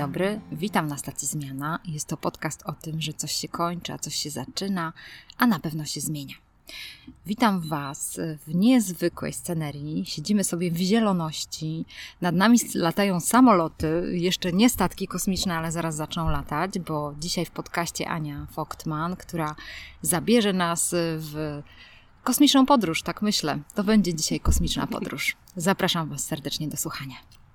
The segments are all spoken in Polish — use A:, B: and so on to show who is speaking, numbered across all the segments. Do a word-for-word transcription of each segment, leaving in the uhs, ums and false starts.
A: dobry, witam na stacji Zmiana. Jest to podcast o tym, że coś się kończy, a coś się zaczyna, a na pewno się zmienia. Witam Was w niezwykłej scenerii. Siedzimy sobie w zieloności. Nad nami latają samoloty, jeszcze nie statki kosmiczne, ale zaraz zaczną latać, bo dzisiaj w podcaście Ania Voigtman, która zabierze nas w kosmiczną podróż, tak myślę. To będzie dzisiaj kosmiczna podróż. Zapraszam Was serdecznie do słuchania.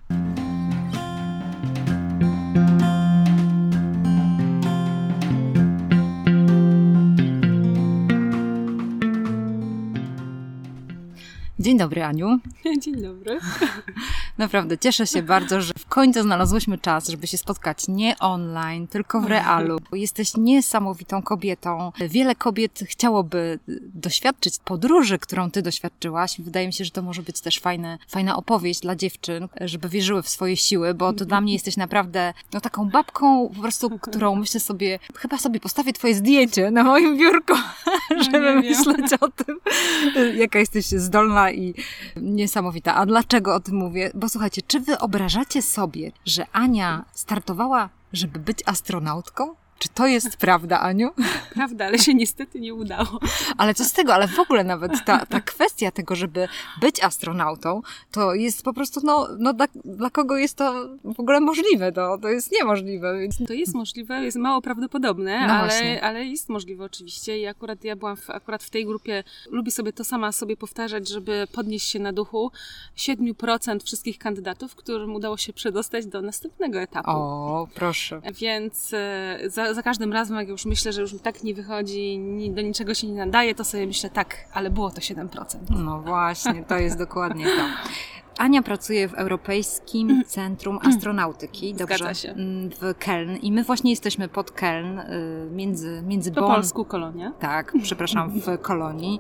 A: Dzień dobry, Aniu.
B: Dzień dobry.
A: Naprawdę cieszę się bardzo, że w końcu znalazłyśmy czas, żeby się spotkać nie online, tylko w realu. Jesteś niesamowitą kobietą. Wiele kobiet chciałoby doświadczyć podróży, którą ty doświadczyłaś. Wydaje mi się, że to może być też fajne, fajna opowieść dla dziewczyn, żeby wierzyły w swoje siły, bo to dla mnie jesteś naprawdę no, taką babką, po prostu, którą myślę sobie, chyba sobie postawię twoje zdjęcie na moim biurku, żeby myśleć o tym, jaka jesteś zdolna i niesamowita. A dlaczego o tym mówię? Bo słuchajcie, czy wyobrażacie sobie, że Ania startowała, żeby być astronautką? Czy to jest prawda, Aniu?
B: Prawda, ale się niestety nie udało.
A: Ale co z tego? Ale w ogóle nawet ta, ta kwestia tego, żeby być astronautą, to jest po prostu, no, no dla, dla kogo jest to w ogóle możliwe? To, to jest niemożliwe. Więc...
B: To jest możliwe, jest mało prawdopodobne,
A: no
B: ale, ale jest możliwe oczywiście. I akurat ja byłam w, akurat w tej grupie, lubię sobie to sama sobie powtarzać, żeby podnieść się na duchu siedem procent wszystkich kandydatów, którym udało się przedostać do następnego etapu.
A: O, proszę.
B: Więc za Za każdym razem, jak już myślę, że już mi tak nie wychodzi, ni, do niczego się nie nadaje, to sobie myślę, tak, ale było to siedem procent.
A: No właśnie, to jest dokładnie to. Ania pracuje w Europejskim Centrum Astronautyki, dobrze?
B: Zgadza się.
A: W Keln. I my właśnie jesteśmy pod Keln, między, między
B: Po
A: Bonn...
B: polsku Kolonia.
A: Tak, przepraszam, w Kolonii,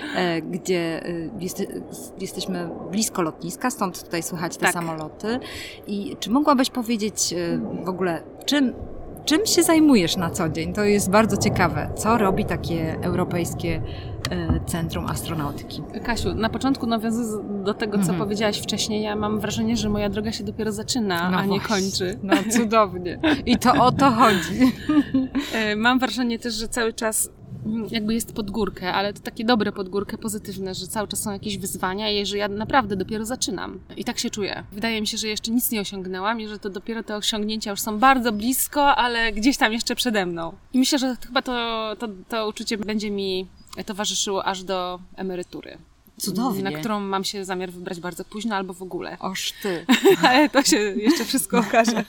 A: gdzie jest, jesteśmy blisko lotniska, stąd tutaj słychać te
B: tak. samoloty.
A: I czy mogłabyś powiedzieć w ogóle, czym... Czym się zajmujesz na co dzień? To jest bardzo ciekawe. Co robi takie Europejskie Centrum Astronautyki?
B: Kasiu, na początku nawiązując do tego, co mm. powiedziałaś wcześniej, ja mam wrażenie, że moja droga się dopiero zaczyna,
A: no
B: a
A: właśnie.
B: nie kończy.
A: No cudownie. I to o to chodzi.
B: Mam wrażenie też, że cały czas jakby jest pod górkę, ale to takie dobre pod górkę, pozytywne, że cały czas są jakieś wyzwania i że ja naprawdę dopiero zaczynam. I tak się czuję. Wydaje mi się, że jeszcze nic nie osiągnęłam i że to dopiero te osiągnięcia już są bardzo blisko, ale gdzieś tam jeszcze przede mną. I myślę, że chyba to, to, to uczucie będzie mi towarzyszyło aż do emerytury.
A: Cudownie.
B: Na którą mam się zamiar wybrać bardzo późno albo w ogóle.
A: Oż ty.
B: Ale to się jeszcze wszystko okaże.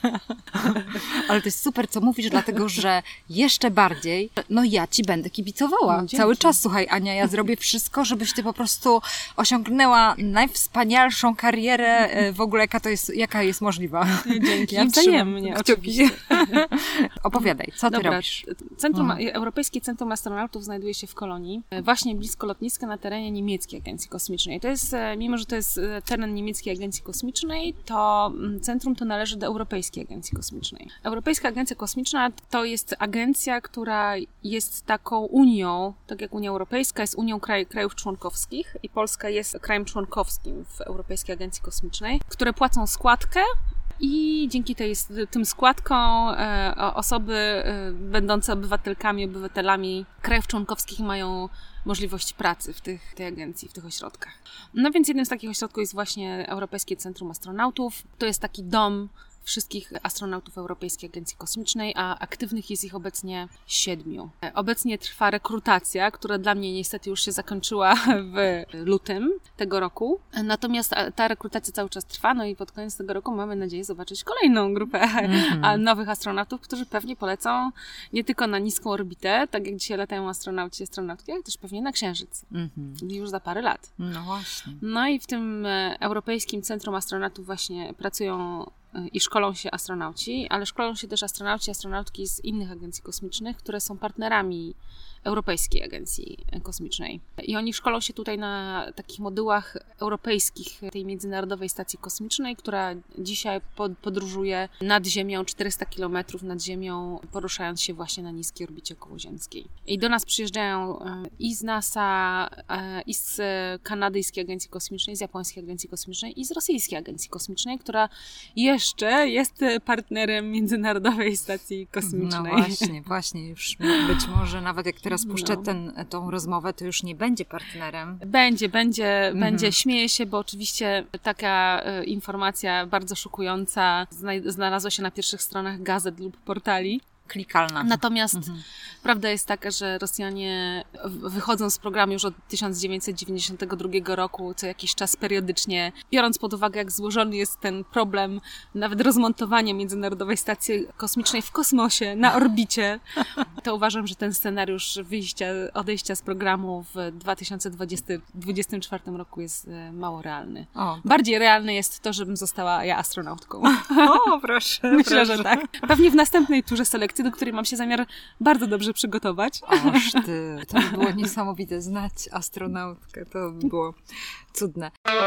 A: Ale to jest super, co mówisz, dlatego że jeszcze bardziej, no ja ci będę kibicowała.
B: No,
A: cały czas, słuchaj, Ania, ja zrobię wszystko, żebyś ty po prostu osiągnęła najwspanialszą karierę w ogóle, jaka to jest, jaka jest możliwa.
B: Dzięki.
A: Ja
B: wzajemnie, oczywiście.
A: Opowiadaj, co ty
B: Dobra,
A: robisz?
B: Centrum, mhm. Europejskie Centrum Astronautów znajduje się w Kolonii, właśnie blisko lotniska na terenie niemieckiej agencji kosmicznej. To jest, mimo że to jest teren niemieckiej agencji kosmicznej, to centrum to należy do Europejskiej Agencji Kosmicznej. Europejska Agencja Kosmiczna to jest agencja, która jest taką Unią, tak jak Unia Europejska jest Unią kraj, krajów członkowskich i Polska jest krajem członkowskim w Europejskiej Agencji Kosmicznej, które płacą składkę i dzięki tej, tym składkom e, osoby e, będące obywatelkami, obywatelami krajów członkowskich mają możliwość pracy w tych, tej agencji, w tych ośrodkach. No więc jednym z takich ośrodków jest właśnie Europejskie Centrum Astronautów. To jest taki dom wszystkich astronautów Europejskiej Agencji Kosmicznej, a aktywnych jest ich obecnie siedmiu. Obecnie trwa rekrutacja, która dla mnie niestety już się zakończyła w lutym tego roku. Natomiast ta rekrutacja cały czas trwa, no i pod koniec tego roku mamy nadzieję zobaczyć kolejną grupę mm-hmm. nowych astronautów, którzy pewnie polecą nie tylko na niską orbitę, tak jak dzisiaj latają astronauci i astronautki, ale też pewnie na Księżyc. Mm-hmm. Już za parę lat.
A: No właśnie.
B: No i w tym Europejskim Centrum Astronautów właśnie pracują i szkolą się astronauci, ale szkolą się też astronauci i astronautki z innych agencji kosmicznych, które są partnerami Europejskiej Agencji Kosmicznej. I oni szkolą się tutaj na takich modułach europejskich tej Międzynarodowej Stacji Kosmicznej, która dzisiaj podróżuje nad Ziemią, czterysta kilometrów nad Ziemią, poruszając się właśnie na niskiej orbicie okołoziemskiej. I do nas przyjeżdżają i z NASA, i z Kanadyjskiej Agencji Kosmicznej, z Japońskiej Agencji Kosmicznej i z Rosyjskiej Agencji Kosmicznej, która jeszcze jeszcze jest partnerem Międzynarodowej Stacji Kosmicznej.
A: No właśnie, właśnie. Już być może nawet jak teraz puszczę no. ten, tą rozmowę, to już nie będzie partnerem.
B: Będzie, będzie, mhm. będzie. Śmieję się, bo oczywiście taka y, informacja bardzo szokująca zna- znalazła się na pierwszych stronach gazet lub portali.
A: Klikalna.
B: Natomiast
A: mhm.
B: prawda jest taka, że Rosjanie wychodzą z programu już od tysiąc dziewięćset dziewięćdziesiątego drugiego roku, co jakiś czas periodycznie, biorąc pod uwagę, jak złożony jest ten problem nawet rozmontowania Międzynarodowej Stacji Kosmicznej w kosmosie, na orbicie, to uważam, że ten scenariusz wyjścia, odejścia z programu w dwa tysiące dwudziestym czwartym roku jest mało realny. O. Bardziej realne jest to, żebym została ja astronautką.
A: O, proszę.
B: Myślę,
A: proszę.
B: że tak. Pewnie w następnej turze selekcji, do której mam się zamiar bardzo dobrze przygotować.
A: Oż ty, to by było niesamowite. Znać astronautkę, to by było cudne.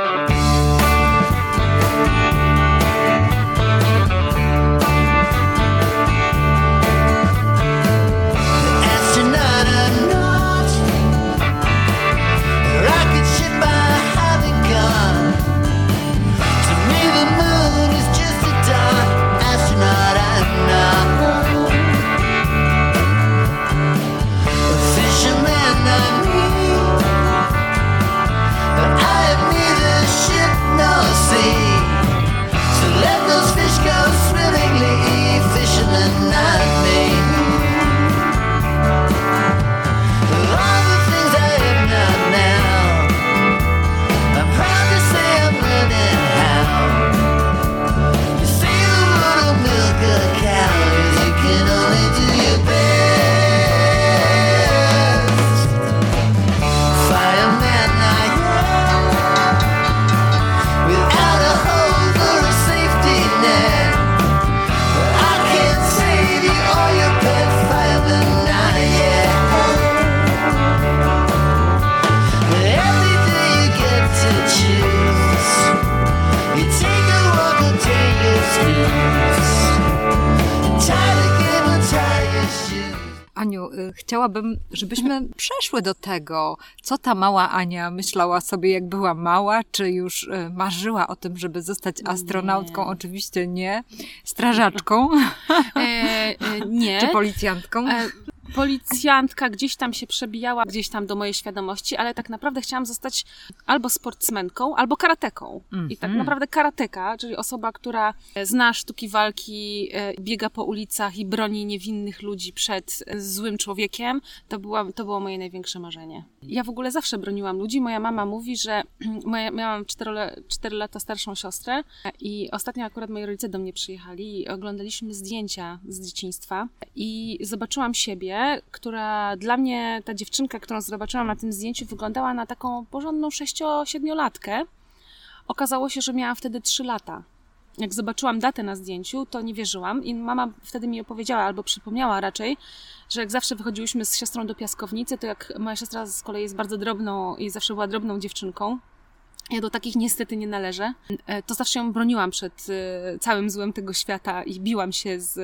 A: Aniu, chciałabym, żebyśmy przeszły do tego, co ta mała Ania myślała sobie, jak była mała, czy już marzyła o tym, żeby zostać astronautką, nie. Oczywiście nie, strażaczką, e,
B: e, nie.
A: czy policjantką. E,
B: Policjantka gdzieś tam się przebijała, gdzieś tam do mojej świadomości, ale tak naprawdę chciałam zostać albo sportsmenką, albo karateką. Mm-hmm. I tak naprawdę karateka, czyli osoba, która zna sztuki walki, biega po ulicach i broni niewinnych ludzi przed złym człowiekiem, to, była, to było moje największe marzenie. Ja w ogóle zawsze broniłam ludzi. Moja mama mówi, że moja, miałam cztery lata starszą siostrę i ostatnio akurat moi rodzice do mnie przyjechali i oglądaliśmy zdjęcia z dzieciństwa i zobaczyłam siebie, która dla mnie, ta dziewczynka, którą zobaczyłam na tym zdjęciu, wyglądała na taką porządną sześcio-siedmiolatkę. Okazało się, że miałam wtedy trzy lata. Jak zobaczyłam datę na zdjęciu, to nie wierzyłam i mama wtedy mi opowiedziała, albo przypomniała raczej, że jak zawsze wychodziłyśmy z siostrą do piaskownicy, to jak moja siostra z kolei jest bardzo drobną i zawsze była drobną dziewczynką, ja do takich niestety nie należę, to zawsze ją broniłam przed całym złem tego świata i biłam się z,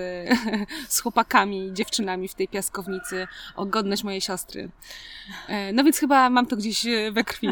B: z chłopakami i dziewczynami w tej piaskownicy o godność mojej siostry. No więc chyba mam to gdzieś we krwi.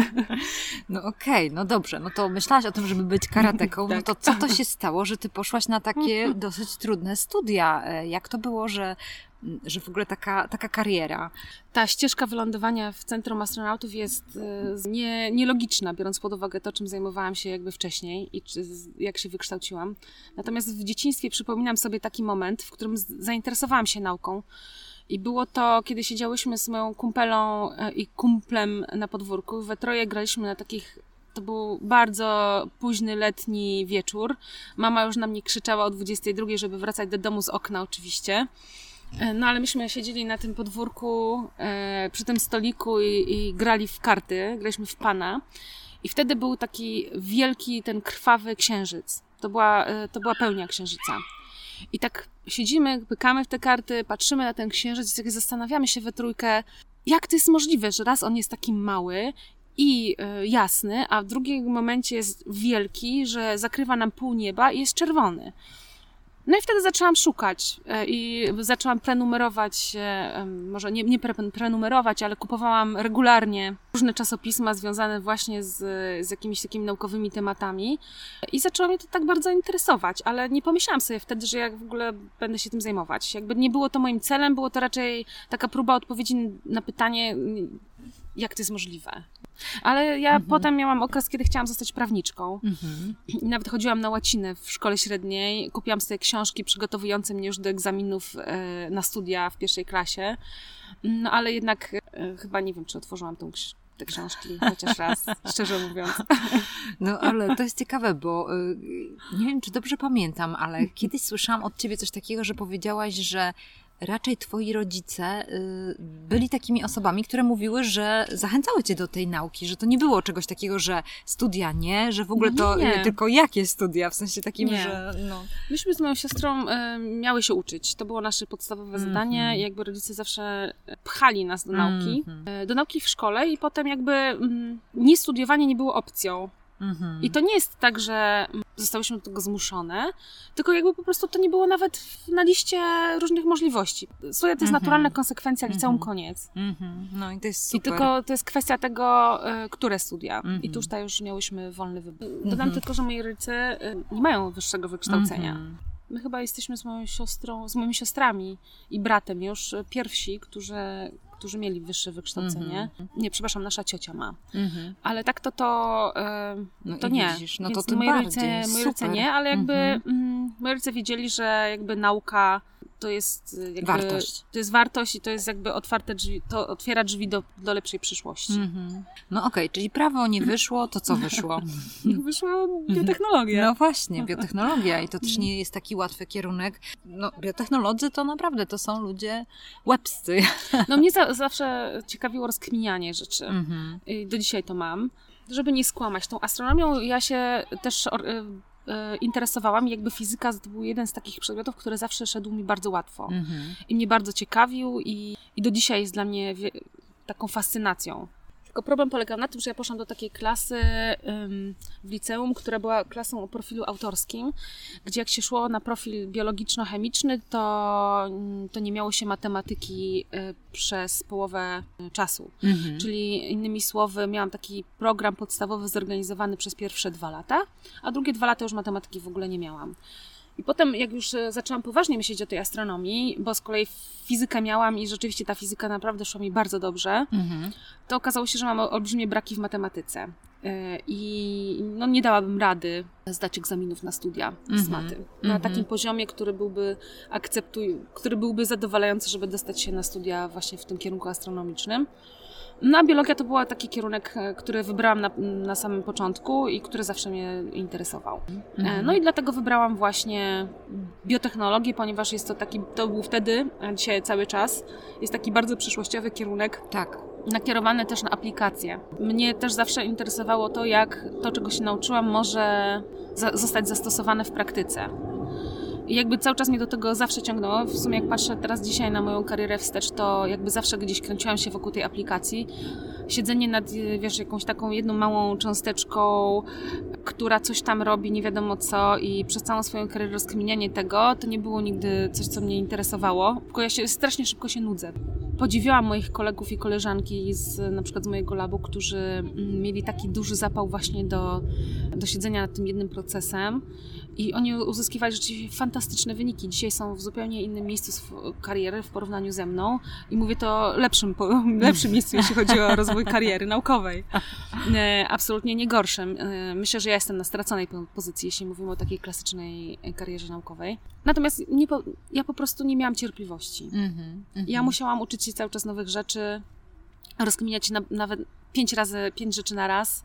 A: No okej, okay, no dobrze, no to myślałaś o tym, żeby być karateką, tak. No to co to się stało, że ty poszłaś na takie dosyć trudne studia? Jak to było, że że w ogóle taka, taka kariera?
B: Ta ścieżka wylądowania w Centrum Astronautów jest nie, nielogiczna, biorąc pod uwagę to, czym zajmowałam się jakby wcześniej i czy, jak się wykształciłam. Natomiast w dzieciństwie przypominam sobie taki moment, w którym zainteresowałam się nauką. I było to, kiedy siedziałyśmy z moją kumpelą i kumplem na podwórku. We troje graliśmy na takich... To był bardzo późny letni wieczór. Mama już na mnie krzyczała o dwudziestej drugiej, żeby wracać do domu z okna oczywiście. No ale myśmy siedzieli na tym podwórku, e, przy tym stoliku i, i grali w karty, graliśmy w pana i wtedy był taki wielki, ten krwawy księżyc. To była, e, to była pełnia księżyca. I tak siedzimy, pykamy w te karty, patrzymy na ten księżyc i tak zastanawiamy się we trójkę, jak to jest możliwe, że raz on jest taki mały i e, jasny, a w drugim momencie jest wielki, że zakrywa nam pół nieba i jest czerwony. No i wtedy zaczęłam szukać i zaczęłam prenumerować, może nie, nie pre, prenumerować, ale kupowałam regularnie różne czasopisma związane właśnie z, z jakimiś takimi naukowymi tematami i zaczęło mnie to tak bardzo interesować, ale nie pomyślałam sobie wtedy, że jak w ogóle będę się tym zajmować. Jakby nie było to moim celem, było to raczej taka próba odpowiedzi na pytanie, jak to jest możliwe. Ale ja mhm. potem miałam okres, kiedy chciałam zostać prawniczką. Mhm. I nawet chodziłam na łacinę w szkole średniej. Kupiłam sobie książki przygotowujące mnie już do egzaminów e, na studia w pierwszej klasie. No ale jednak e, chyba nie wiem, czy otworzyłam tą książkę. Te książki chociaż raz, szczerze mówiąc.
A: No ale to jest ciekawe, bo y, nie wiem, czy dobrze pamiętam, ale kiedyś słyszałam od ciebie coś takiego, że powiedziałaś, że raczej twoi rodzice y, byli takimi osobami, które mówiły, że zachęcały cię do tej nauki, że to nie było czegoś takiego, że studia nie, że w ogóle to
B: nie, nie.
A: tylko jakie studia, w sensie takim,
B: nie.
A: że no.
B: Myśmy z moją siostrą y, miały się uczyć. To było nasze podstawowe mm-hmm. zadanie i jakby rodzice zawsze pchali nas do nauki. Mm-hmm. Y, do nauki w szkole i potem jakby y, nie studiowanie nie było opcją. Mm-hmm. I to nie jest tak, że zostałyśmy do tego zmuszone, tylko jakby po prostu to nie było nawet na liście różnych możliwości. Studia to jest mm-hmm. naturalna konsekwencja liceum, mm-hmm. koniec.
A: Mm-hmm. No i to jest super.
B: I tylko to jest kwestia tego, y, które studia. Mm-hmm. I tu już tutaj już miałyśmy wolny wybór. Mm-hmm. Dodam tylko, że moi rodzice y, nie mają wyższego wykształcenia. Mm-hmm. My chyba jesteśmy z moją siostrą, z moimi siostrami i bratem już pierwsi, którzy którzy mieli wyższe wykształcenie. Mm-hmm. Nie, przepraszam, nasza ciocia ma. Mm-hmm. Ale tak to to, yy,
A: no
B: to nie.
A: Widzisz, no
B: Więc
A: to tym
B: moi
A: bardziej.
B: rodzice, moi rodzice nie, ale jakby mm-hmm. mm, moi rodzice wiedzieli, że jakby nauka to jest jakby,
A: wartość.
B: To jest wartość i to jest jakby otwarte drzwi, to otwiera drzwi do, do lepszej przyszłości. Mm-hmm.
A: No okej, okay, czyli prawo nie wyszło, to co wyszło?
B: Wyszła biotechnologia.
A: No właśnie, biotechnologia i to też nie jest taki łatwy kierunek. No biotechnolodzy to naprawdę to są ludzie łebscy.
B: No mnie za, zawsze ciekawiło rozkminianie rzeczy. Mm-hmm. I do dzisiaj to mam. Żeby nie skłamać, tą astronomią ja się też interesowałam i jakby fizyka to był jeden z takich przedmiotów, który zawsze szedł mi bardzo łatwo. Mm-hmm. I mnie bardzo ciekawił i, i do dzisiaj jest dla mnie wie, taką fascynacją. Tylko problem polegał na tym, że ja poszłam do takiej klasy ym, w liceum, która była klasą o profilu autorskim, gdzie jak się szło na profil biologiczno-chemiczny, to, to nie miało się matematyki y, przez połowę czasu. Mhm. Czyli innymi słowy, miałam taki program podstawowy zorganizowany przez pierwsze dwa lata, a drugie dwa lata już matematyki w ogóle nie miałam. I potem, jak już zaczęłam poważnie myśleć o tej astronomii, bo z kolei fizykę miałam i rzeczywiście ta fizyka naprawdę szła mi bardzo dobrze, mhm. to okazało się, że mam olbrzymie braki w matematyce. I no, nie dałabym rady zdać egzaminów na studia mhm. z maty. Na mhm. takim poziomie, który byłby akceptuj, który byłby zadowalający, żeby dostać się na studia właśnie w tym kierunku astronomicznym. No a biologia to był taki kierunek, który wybrałam na, na samym początku i który zawsze mnie interesował. Mhm. No i dlatego wybrałam właśnie biotechnologię, ponieważ jest to taki, to był wtedy, a dzisiaj cały czas, jest taki bardzo przyszłościowy kierunek.
A: Tak.
B: Nakierowany też na aplikacje. Mnie też zawsze interesowało to, jak to, czego się nauczyłam, może za- zostać zastosowane w praktyce. I jakby cały czas mnie do tego zawsze ciągnęło. W sumie jak patrzę teraz dzisiaj na moją karierę wstecz, to jakby zawsze gdzieś kręciłam się wokół tej aplikacji. Siedzenie nad, wiesz, jakąś taką jedną małą cząsteczką, która coś tam robi, nie wiadomo co i przez całą swoją karierę rozkminianie tego, to nie było nigdy coś, co mnie interesowało. Tylko ja się strasznie szybko się nudzę. Podziwiałam moich kolegów i koleżanki z, na przykład z mojego labu, którzy mieli taki duży zapał właśnie do, do siedzenia nad tym jednym procesem i oni uzyskiwali rzeczywiście fantastyczne wyniki. Dzisiaj są w zupełnie innym miejscu sw- kariery w porównaniu ze mną i mówię to lepszym, po, lepszym miejscu, jeśli chodzi o rozwój kariery naukowej. E, absolutnie nie gorszym. E, myślę, że ja jestem na straconej pozycji, jeśli mówimy o takiej klasycznej karierze naukowej. Natomiast nie po, ja po prostu nie miałam cierpliwości. Mm-hmm, mm-hmm. Ja musiałam uczyć się cały czas nowych rzeczy, rozkminiać na, nawet pięć razy, pięć rzeczy na raz.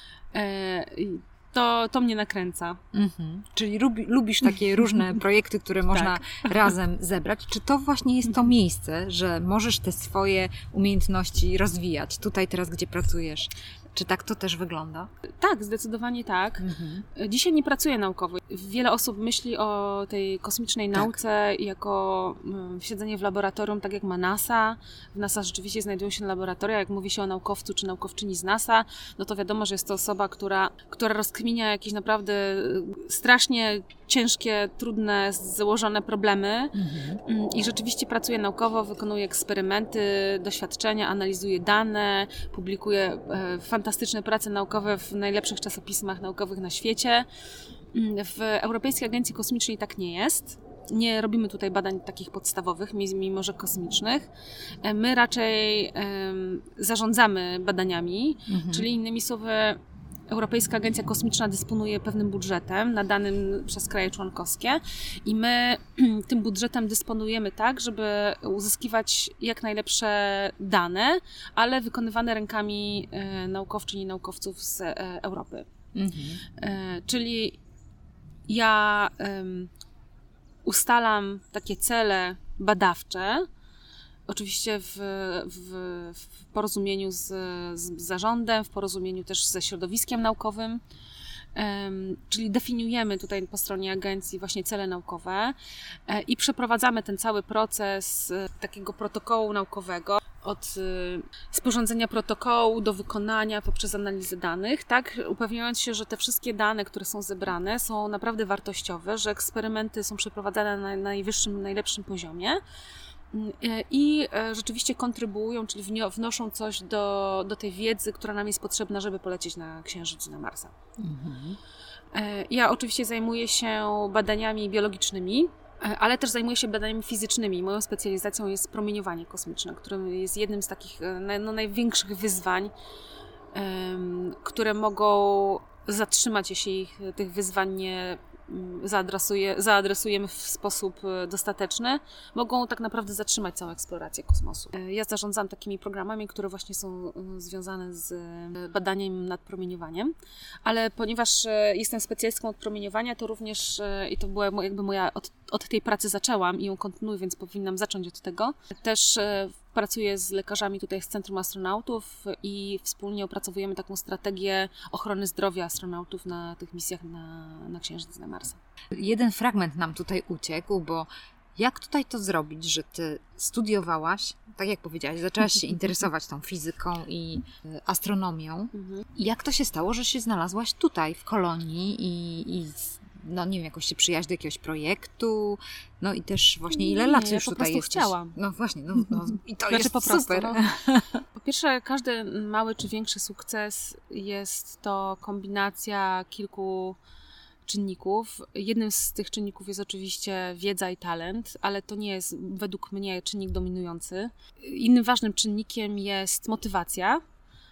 B: E, to, to mnie nakręca. Mm-hmm.
A: Czyli lubi, lubisz takie różne projekty, które można tak. razem zebrać. Czy to właśnie jest to miejsce, że możesz te swoje umiejętności rozwijać tutaj, teraz, gdzie pracujesz? Czy tak to też wygląda?
B: Tak, zdecydowanie tak. Mhm. Dzisiaj nie pracuję naukowo. Wiele osób myśli o tej kosmicznej nauce tak. jako um, siedzenie w laboratorium, tak jak ma NASA. W NASA rzeczywiście znajdują się laboratoria. Jak mówi się o naukowcu czy naukowczyni z NASA, no to wiadomo, że jest to osoba, która, która rozkminia jakieś naprawdę strasznie ciężkie, trudne, złożone problemy mhm. i rzeczywiście pracuje naukowo, wykonuje eksperymenty, doświadczenia, analizuje dane, publikuje fantastyczne prace naukowe w najlepszych czasopismach naukowych na świecie. W Europejskiej Agencji Kosmicznej tak nie jest. Nie robimy tutaj badań takich podstawowych, mimo że kosmicznych. My raczej um, zarządzamy badaniami, mhm. czyli innymi słowy Europejska Agencja Kosmiczna dysponuje pewnym budżetem nadanym przez kraje członkowskie i my tym budżetem dysponujemy tak, żeby uzyskiwać jak najlepsze dane, ale wykonywane rękami e, naukowczyń i naukowców z e, Europy. Mhm. E, czyli ja e, ustalam takie cele badawcze, oczywiście w, w, w porozumieniu z, z zarządem, w porozumieniu też ze środowiskiem naukowym, um, czyli definiujemy tutaj po stronie agencji właśnie cele naukowe e, i przeprowadzamy ten cały proces e, takiego protokołu naukowego, od e, sporządzenia protokołu do wykonania poprzez analizę danych, tak, upewniając się, że te wszystkie dane, które są zebrane, są naprawdę wartościowe, że eksperymenty są przeprowadzane na najwyższym, najlepszym poziomie, i rzeczywiście kontrybuują, czyli wnoszą coś do, do tej wiedzy, która nam jest potrzebna, żeby polecieć na Księżyc i na Marsa. Mhm. Ja oczywiście zajmuję się badaniami biologicznymi, ale też zajmuję się badaniami fizycznymi. Moją specjalizacją jest promieniowanie kosmiczne, które jest jednym z takich no, największych wyzwań, które mogą zatrzymać, jeśli tych wyzwań nie zaadresuje, zaadresujemy w sposób dostateczny, mogą tak naprawdę zatrzymać całą eksplorację kosmosu. Ja zarządzam takimi programami, które właśnie są związane z badaniem nad promieniowaniem, ale ponieważ jestem specjalistką od promieniowania, to również, i to była jakby moja, od, od tej pracy zaczęłam i ją kontynuuję, więc powinnam zacząć od tego. Też pracuję z lekarzami tutaj z Centrum Astronautów i wspólnie opracowujemy taką strategię ochrony zdrowia astronautów na tych misjach na, na Księżyc, na Marsa.
A: Jeden fragment nam tutaj uciekł, bo jak tutaj to zrobić, że ty studiowałaś, tak jak powiedziałaś, zaczęłaś się interesować tą fizyką i astronomią. I jak to się stało, że się znalazłaś tutaj w kolonii i, i no nie wiem, jakoś się przyjaźń do jakiegoś projektu, no i też właśnie ile
B: nie,
A: lat
B: ja
A: już
B: po
A: tutaj jesteś?
B: chciałam.
A: No właśnie, no, no i to
B: znaczy
A: jest
B: po prostu,
A: super.
B: No. Po pierwsze, każdy mały czy większy sukces jest to kombinacja kilku czynników. Jednym z tych czynników jest oczywiście wiedza i talent, ale to nie jest według mnie czynnik dominujący. Innym ważnym czynnikiem jest motywacja,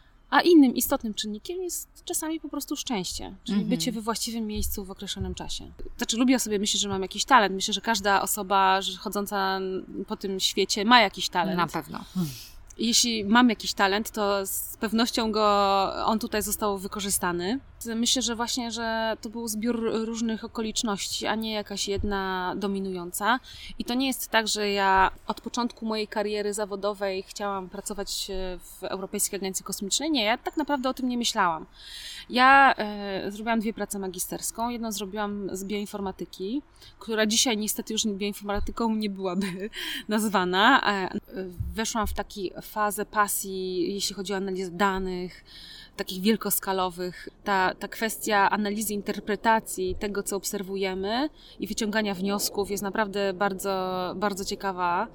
B: a innym istotnym czynnikiem jest czasami po prostu szczęście, czyli mhm. bycie we właściwym miejscu w określonym czasie. Znaczy, lubię sobie myśleć, że mam jakiś talent. Myślę, że każda osoba chodząca po tym świecie ma jakiś talent.
A: Na pewno.
B: Jeśli mam jakiś talent, to z pewnością go on tutaj został wykorzystany. Myślę, że właśnie, że to był zbiór różnych okoliczności, a nie jakaś jedna dominująca. I to nie jest tak, że ja od początku mojej kariery zawodowej chciałam pracować w Europejskiej Agencji Kosmicznej. Nie, ja tak naprawdę o tym nie myślałam. Ja e, zrobiłam dwie prace magisterską. Jedną zrobiłam z bioinformatyki, która dzisiaj niestety już bioinformatyką nie byłaby nazwana. E, weszłam w taką fazę pasji, jeśli chodzi o analizę danych, takich wielkoskalowych. Ta, ta kwestia analizy, interpretacji tego, co obserwujemy i wyciągania wniosków jest naprawdę bardzo, bardzo ciekawa.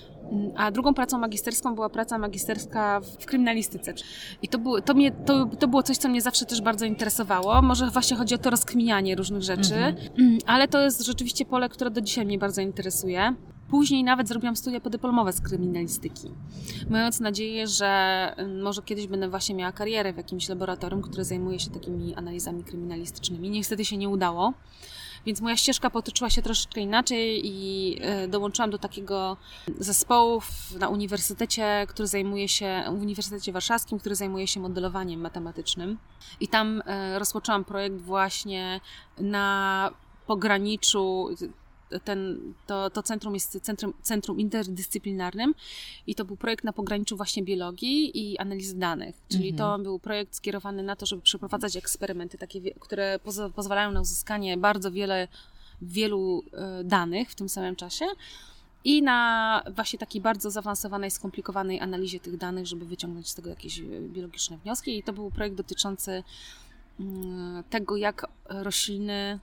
B: A drugą pracą magisterską była praca magisterska w kryminalistyce. I to było, to, mnie, to, to było coś, co mnie zawsze też bardzo interesowało. Może właśnie chodzi o to rozkminianie różnych rzeczy, mm-hmm. ale to jest rzeczywiście pole, które do dzisiaj mnie bardzo interesuje. Później nawet zrobiłam studia podyplomowe z kryminalistyki, mając nadzieję, że może kiedyś będę właśnie miała karierę w jakimś laboratorium, które zajmuje się takimi analizami kryminalistycznymi. Niestety się nie udało, więc moja ścieżka potoczyła się troszeczkę inaczej i dołączyłam do takiego zespołu na uniwersytecie, który zajmuje się, w Uniwersytecie Warszawskim, który zajmuje się modelowaniem matematycznym. I tam rozpoczęłam projekt właśnie na pograniczu. Ten, to, to centrum jest centrum, centrum interdyscyplinarnym i to był projekt na pograniczu właśnie biologii i analizy danych. Czyli mhm. to był projekt skierowany na to, żeby przeprowadzać eksperymenty, takie, które poz- pozwalają na uzyskanie bardzo wiele, wielu y, danych w tym samym czasie i na właśnie takiej bardzo zaawansowanej, skomplikowanej analizie tych danych, żeby wyciągnąć z tego jakieś biologiczne wnioski. I to był projekt dotyczący y, tego, jak rośliny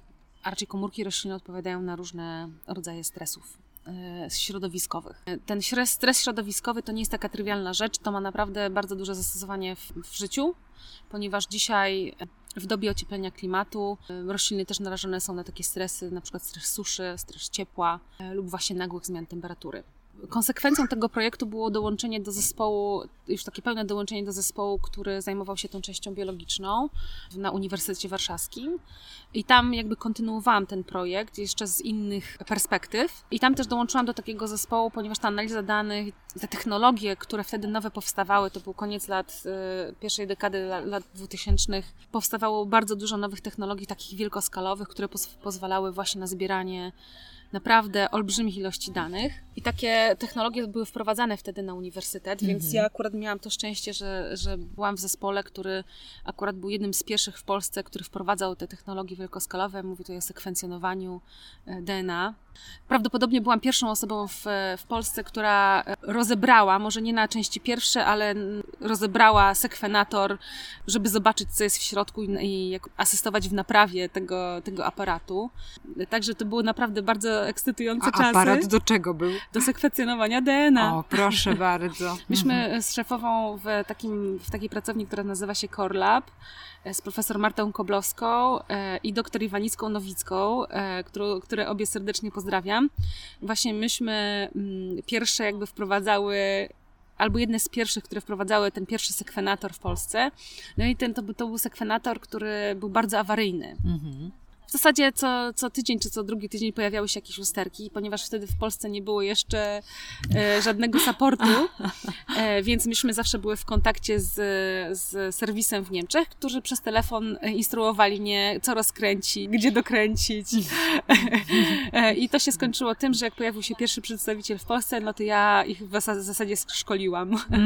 B: a raczej komórki rośliny odpowiadają na różne rodzaje stresów środowiskowych. Ten stres środowiskowy to nie jest taka trywialna rzecz, to ma naprawdę bardzo duże zastosowanie w, w życiu, ponieważ dzisiaj w dobie ocieplenia klimatu rośliny też narażone są na takie stresy, na przykład stres suszy, stres ciepła lub właśnie nagłych zmian temperatury. Konsekwencją tego projektu było dołączenie do zespołu, już takie pełne dołączenie do zespołu, który zajmował się tą częścią biologiczną na Uniwersytecie Warszawskim. I tam jakby kontynuowałam ten projekt jeszcze z innych perspektyw. I tam też dołączyłam do takiego zespołu, ponieważ ta analiza danych, te technologie, które wtedy nowe powstawały, to był koniec lat, y, pierwszej dekady lat, lat dwutysięcznych, powstawało bardzo dużo nowych technologii, takich wielkoskalowych, które poz, pozwalały właśnie na zbieranie naprawdę olbrzymich ilości danych. I takie technologie były wprowadzane wtedy na uniwersytet, mm-hmm. więc ja akurat miałam to szczęście, że, że byłam w zespole, który akurat był jednym z pierwszych w Polsce, który wprowadzał te technologie wielkoskalowe. Mówię tutaj o sekwencjonowaniu D N A. Prawdopodobnie byłam pierwszą osobą w, w Polsce, która rozebrała, może nie na części pierwsze, ale rozebrała sekwenator, żeby zobaczyć, co jest w środku i, i jak asystować w naprawie tego, tego aparatu. Także to były naprawdę bardzo ekscytujące
A: A
B: czasy.
A: aparat do czego był?
B: Do sekwencjonowania D N A.
A: O, proszę bardzo.
B: Myśmy
A: mhm.
B: z szefową w, takim, w takiej pracowni, która nazywa się Core Lab, z profesor Martą Koblowską e, i doktor Iwanicką Nowicką, e, którą, które obie serdecznie pozdrawiam. Właśnie myśmy m, pierwsze jakby wprowadzały, albo jedne z pierwszych, które wprowadzały ten pierwszy sekwenator w Polsce. No i ten to, to był sekwenator, który był bardzo awaryjny. Mhm. W zasadzie co, co tydzień czy co drugi tydzień pojawiały się jakieś usterki, ponieważ wtedy w Polsce nie było jeszcze e, żadnego supportu, e, więc myśmy zawsze były w kontakcie z, z serwisem w Niemczech, którzy przez telefon instruowali mnie, co rozkręcić, gdzie dokręcić. e, I to się skończyło tym, że jak pojawił się pierwszy przedstawiciel w Polsce, no to ja ich w zasadzie szkoliłam.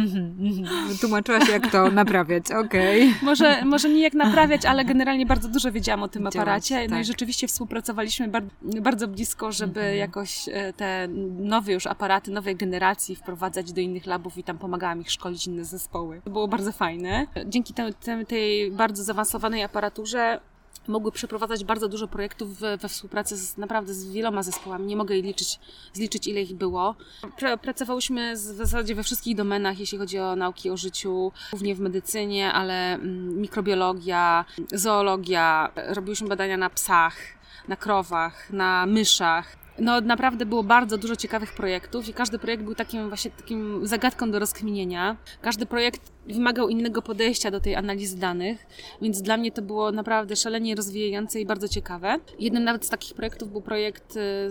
A: Mm-hmm. Tłumaczyłaś, jak to naprawiać, okej. Okay.
B: Może, może nie jak naprawiać, ale generalnie bardzo dużo wiedziałam o tym
A: Działać,
B: aparacie. No
A: tak.
B: i rzeczywiście współpracowaliśmy bar- bardzo blisko, żeby mhm. jakoś te nowe już aparaty, nowej generacji wprowadzać do innych labów i tam pomagałam ich szkolić inne zespoły. To było bardzo fajne. Dzięki te, te, tej bardzo zaawansowanej aparaturze mogły przeprowadzać bardzo dużo projektów we, we współpracy z, naprawdę z wieloma zespołami. Nie mogę jej liczyć, zliczyć, ile ich było. Pra, pracowałyśmy z, w zasadzie we wszystkich domenach, jeśli chodzi o nauki o życiu, głównie w medycynie, ale mm, mikrobiologia, zoologia. Robiłyśmy badania na psach, na krowach, na myszach. No naprawdę było bardzo dużo ciekawych projektów i każdy projekt był takim właśnie takim zagadką do rozkminienia. Każdy projekt wymagał innego podejścia do tej analizy danych, więc dla mnie to było naprawdę szalenie rozwijające i bardzo ciekawe. Jednym nawet z takich projektów był projekt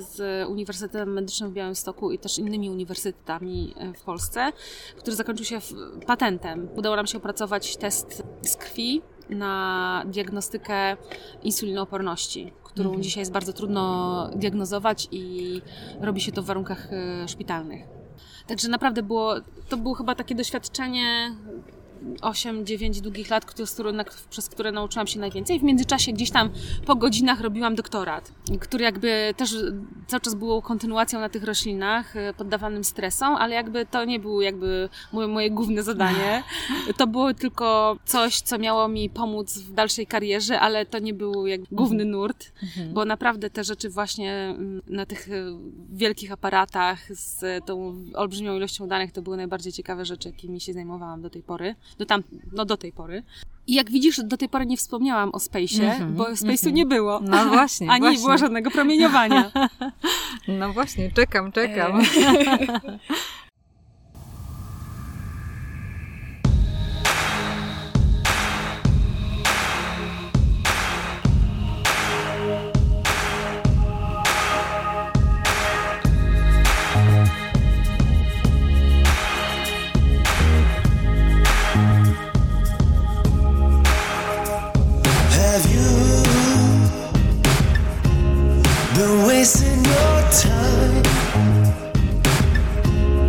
B: z Uniwersytetem Medycznym w Białymstoku i też innymi uniwersytetami w Polsce, który zakończył się patentem. Udało nam się opracować test z krwi na diagnostykę insulinooporności, którą mhm. dzisiaj jest bardzo trudno diagnozować i robi się to w warunkach szpitalnych. Także naprawdę było, to było chyba takie doświadczenie osiem dziewięć długich lat, które, na, przez które nauczyłam się najwięcej. W międzyczasie gdzieś tam po godzinach robiłam doktorat, który jakby też cały czas był kontynuacją na tych roślinach, poddawanym stresom, ale jakby to nie było jakby moje, moje główne zadanie. To było tylko coś, co miało mi pomóc w dalszej karierze, ale to nie był jakby główny nurt, mhm. bo naprawdę te rzeczy właśnie na tych wielkich aparatach z tą olbrzymią ilością danych to były najbardziej ciekawe rzeczy, jakimi się zajmowałam do tej pory. Do, tam, no do tej pory. I jak widzisz, do tej pory nie wspomniałam o Space'ie, mm-hmm, bo Space'u mm-hmm. nie było.
A: No właśnie.
B: Ani
A: właśnie.
B: nie było żadnego promieniowania.
A: No właśnie, czekam, czekam.
C: Wasting your time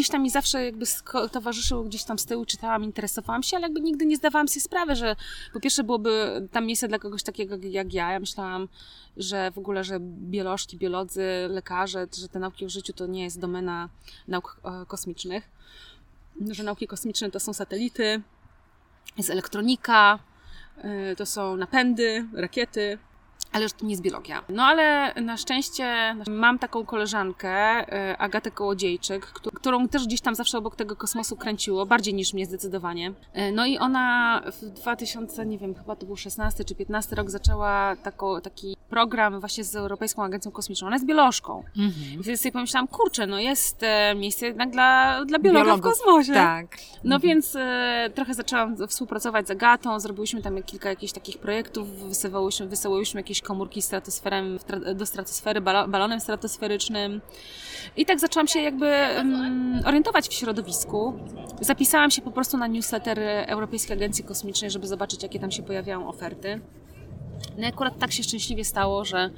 B: gdzieś tam mi zawsze jakby towarzyszył gdzieś tam z tyłu, czytałam, interesowałam się, ale jakby nigdy nie zdawałam sobie sprawy, że po pierwsze byłoby tam miejsce dla kogoś takiego jak ja. Ja myślałam, że w ogóle, że biolożki, biolodzy, lekarze, że te nauki o życiu to nie jest domena nauk kosmicznych, że nauki kosmiczne to są satelity, jest elektronika, to są napędy, rakiety, ale już to nie jest biologia. No ale na szczęście mam taką koleżankę, Agatę Kołodziejczyk, którą też gdzieś tam zawsze obok tego kosmosu kręciło, bardziej niż mnie zdecydowanie. No i ona w dwa tysiące, nie wiem, chyba to był szesnasty czy piętnasty rok, zaczęła taką, taki program właśnie z Europejską Agencją Kosmiczną. Ona jest biolożką. Mhm. Więc sobie pomyślałam, kurczę, no jest miejsce jednak dla, dla biologa Biologów, w kosmosie.
A: Tak.
B: No
A: mhm.
B: więc e, trochę zaczęłam współpracować z Agatą, zrobiłyśmy tam kilka jakichś takich projektów, wysyłałyśmy, wysyłałyśmy jakieś komórki stratosferem, do stratosfery, balonem stratosferycznym. I tak zaczęłam się jakby um, orientować w środowisku. Zapisałam się po prostu na newsletter Europejskiej Agencji Kosmicznej, żeby zobaczyć, jakie tam się pojawiają oferty. No i akurat tak się szczęśliwie stało, że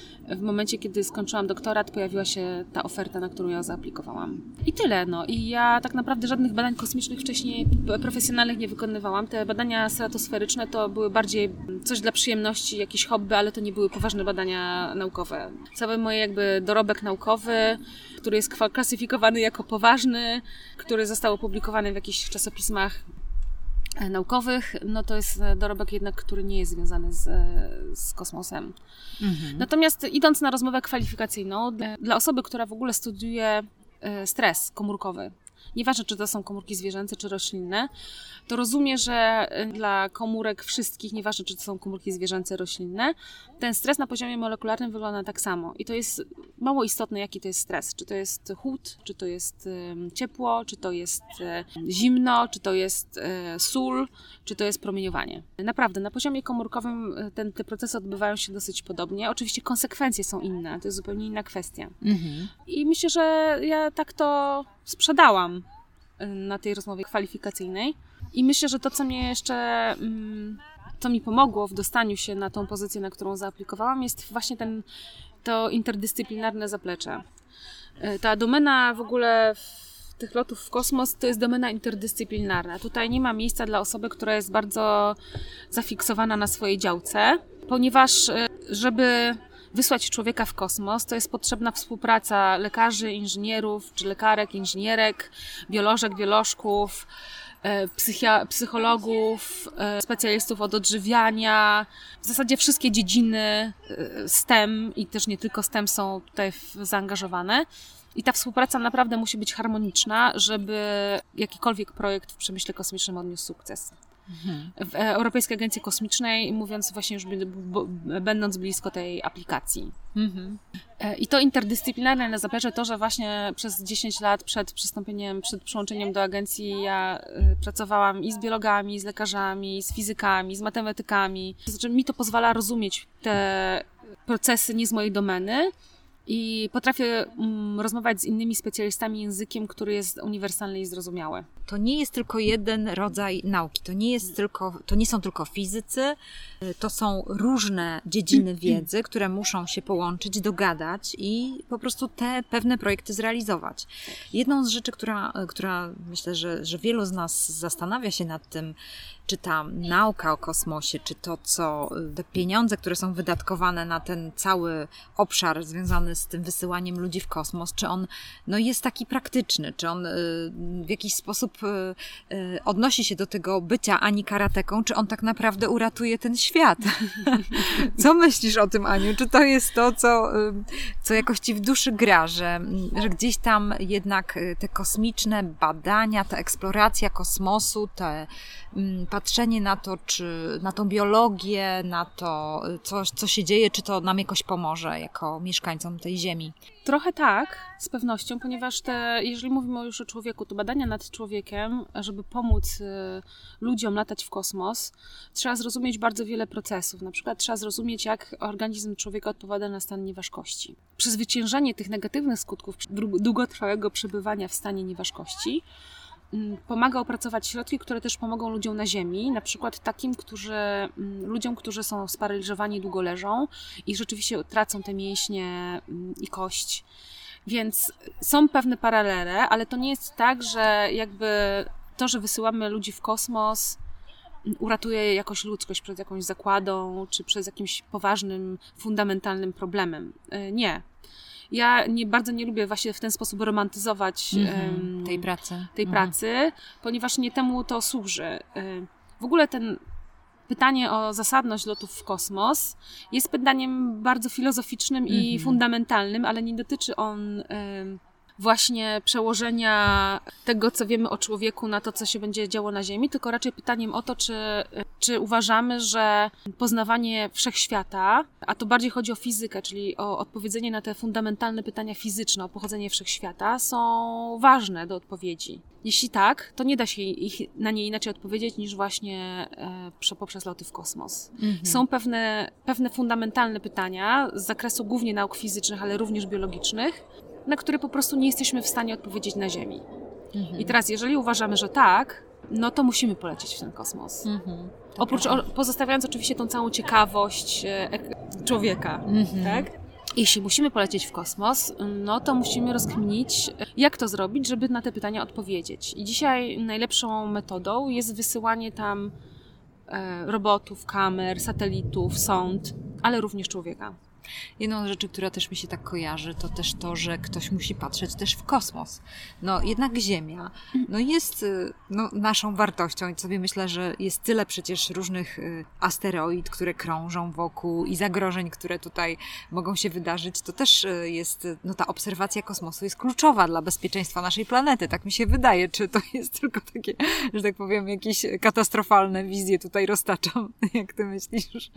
B: w momencie, kiedy skończyłam doktorat, pojawiła się ta oferta, na którą ja zaaplikowałam. I tyle, no. I ja tak naprawdę żadnych badań kosmicznych wcześniej profesjonalnych nie wykonywałam. Te badania stratosferyczne to były bardziej coś dla przyjemności, jakieś hobby, ale to nie były poważne badania naukowe. Cały mój jakby dorobek naukowy, który jest klasyfikowany jako poważny, który został opublikowany w jakichś czasopismach naukowych, no to jest dorobek jednak, który nie jest związany z, z kosmosem. Mhm. Natomiast idąc na rozmowę kwalifikacyjną, dla osoby, która w ogóle studiuje stres komórkowy, nieważne czy to są komórki zwierzęce czy roślinne, to rozumie, że dla komórek wszystkich, nieważne czy to są komórki zwierzęce, roślinne, ten stres na poziomie molekularnym wygląda tak samo. I to jest mało istotne, jaki to jest stres. Czy to jest chłód, czy to jest ciepło, czy to jest zimno, czy to jest sól, czy to jest promieniowanie. Naprawdę, na poziomie komórkowym ten, te procesy odbywają się dosyć podobnie. Oczywiście konsekwencje są inne, to jest zupełnie inna kwestia. Mhm. I myślę, że ja tak to sprzedałam na tej rozmowie kwalifikacyjnej. I myślę, że to, co mnie jeszcze, co mi pomogło w dostaniu się na tą pozycję, na którą zaaplikowałam, jest właśnie ten, to interdyscyplinarne zaplecze. Ta domena w ogóle tych lotów w kosmos to jest domena interdyscyplinarna. Tutaj nie ma miejsca dla osoby, która jest bardzo zafiksowana na swojej działce, ponieważ żeby wysłać człowieka w kosmos, to jest potrzebna współpraca lekarzy, inżynierów, czy lekarek, inżynierek, biolożek, biolożków, psychia- psychologów, specjalistów od odżywiania. W zasadzie wszystkie dziedziny S T E M i też nie tylko S T E M są tutaj zaangażowane. I ta współpraca naprawdę musi być harmoniczna, żeby jakikolwiek projekt w przemyśle kosmicznym odniósł sukces. Mhm. W Europejskiej Agencji Kosmicznej, mówiąc właśnie już będąc blisko tej aplikacji. Mhm. I to interdyscyplinarne na zaplecze to, że właśnie przez dziesięć lat przed przystąpieniem, przed przyłączeniem do agencji ja pracowałam i z biologami, i z lekarzami, i z fizykami, z matematykami. Znaczy, mi to pozwala rozumieć te procesy nie z mojej domeny, i potrafię mm, rozmawiać z innymi specjalistami językiem, który jest uniwersalny i zrozumiały.
A: To nie jest tylko jeden rodzaj nauki, to nie jest tylko, to nie są tylko fizycy, to są różne dziedziny wiedzy, które muszą się połączyć, dogadać i po prostu te pewne projekty zrealizować. Jedną z rzeczy, która, która myślę, że, że wielu z nas zastanawia się nad tym, czy ta nauka o kosmosie, czy to, co te pieniądze, które są wydatkowane na ten cały obszar związany z tym wysyłaniem ludzi w kosmos, czy on no, jest taki praktyczny, czy on w jakiś sposób odnosi się do tego bycia Ani karateką, czy on tak naprawdę uratuje ten świat. Co myślisz o tym, Aniu? Czy to jest to, co, co jakoś ci w duszy gra, że, że gdzieś tam jednak te kosmiczne badania, ta eksploracja kosmosu, te patrzenie na to, czy na tą biologię, na to, co, co się dzieje, czy to nam jakoś pomoże jako mieszkańcom tej Ziemi?
B: Trochę tak, z pewnością, ponieważ te, jeżeli mówimy już o człowieku, to badania nad człowiekiem, żeby pomóc y, ludziom latać w kosmos, trzeba zrozumieć bardzo wiele procesów. Na przykład trzeba zrozumieć, jak organizm człowieka odpowiada na stan nieważkości. Przezwyciężenie tych negatywnych skutków długotrwałego przebywania w stanie nieważkości pomaga opracować środki, które też pomogą ludziom na Ziemi, na przykład takim, którzy, ludziom, którzy są sparaliżowani, długo leżą i rzeczywiście tracą te mięśnie i kość. Więc są pewne paralele, ale to nie jest tak, że jakby to, że wysyłamy ludzi w kosmos, uratuje jakoś ludzkość przed jakąś zagładą, czy przed jakimś poważnym, fundamentalnym problemem. Nie. Ja nie, bardzo nie lubię właśnie w ten sposób romantyzować
A: mm-hmm, tej pracy,
B: tej mm-hmm. pracy, ponieważ nie temu to służy. W ogóle ten pytanie o zasadność lotów w kosmos jest pytaniem bardzo filozoficznym mm-hmm. i fundamentalnym, ale nie dotyczy on właśnie przełożenia tego, co wiemy o człowieku na to, co się będzie działo na Ziemi, tylko raczej pytaniem o to, czy, czy uważamy, że poznawanie wszechświata, a to bardziej chodzi o fizykę, czyli o odpowiedzenie na te fundamentalne pytania fizyczne o pochodzenie wszechświata, są ważne do odpowiedzi. Jeśli tak, to nie da się ich na nie inaczej odpowiedzieć niż właśnie e, poprzez loty w kosmos. Mhm. Są pewne, pewne fundamentalne pytania z zakresu głównie nauk fizycznych, ale również biologicznych, na które po prostu nie jesteśmy w stanie odpowiedzieć na Ziemi. Mhm. I teraz, jeżeli uważamy, że tak, no to musimy polecieć w ten kosmos. Mhm. Oprócz, o, pozostawiając oczywiście tą całą ciekawość e, człowieka, mhm. tak? Jeśli musimy polecieć w kosmos, no to musimy rozkminić, jak to zrobić, żeby na te pytania odpowiedzieć. I dzisiaj najlepszą metodą jest wysyłanie tam e, robotów, kamer, satelitów, sond, ale również człowieka.
A: Jedną z rzeczy, która też mi się tak kojarzy, to też to, że ktoś musi patrzeć też w kosmos. No jednak Ziemia no jest no, naszą wartością i sobie myślę, że jest tyle przecież różnych asteroid, które krążą wokół i zagrożeń, które tutaj mogą się wydarzyć. To też jest, no ta obserwacja kosmosu jest kluczowa dla bezpieczeństwa naszej planety. Tak mi się wydaje. Czy to jest tylko takie, że tak powiem, jakieś katastrofalne wizje tutaj roztaczam? Jak ty myślisz?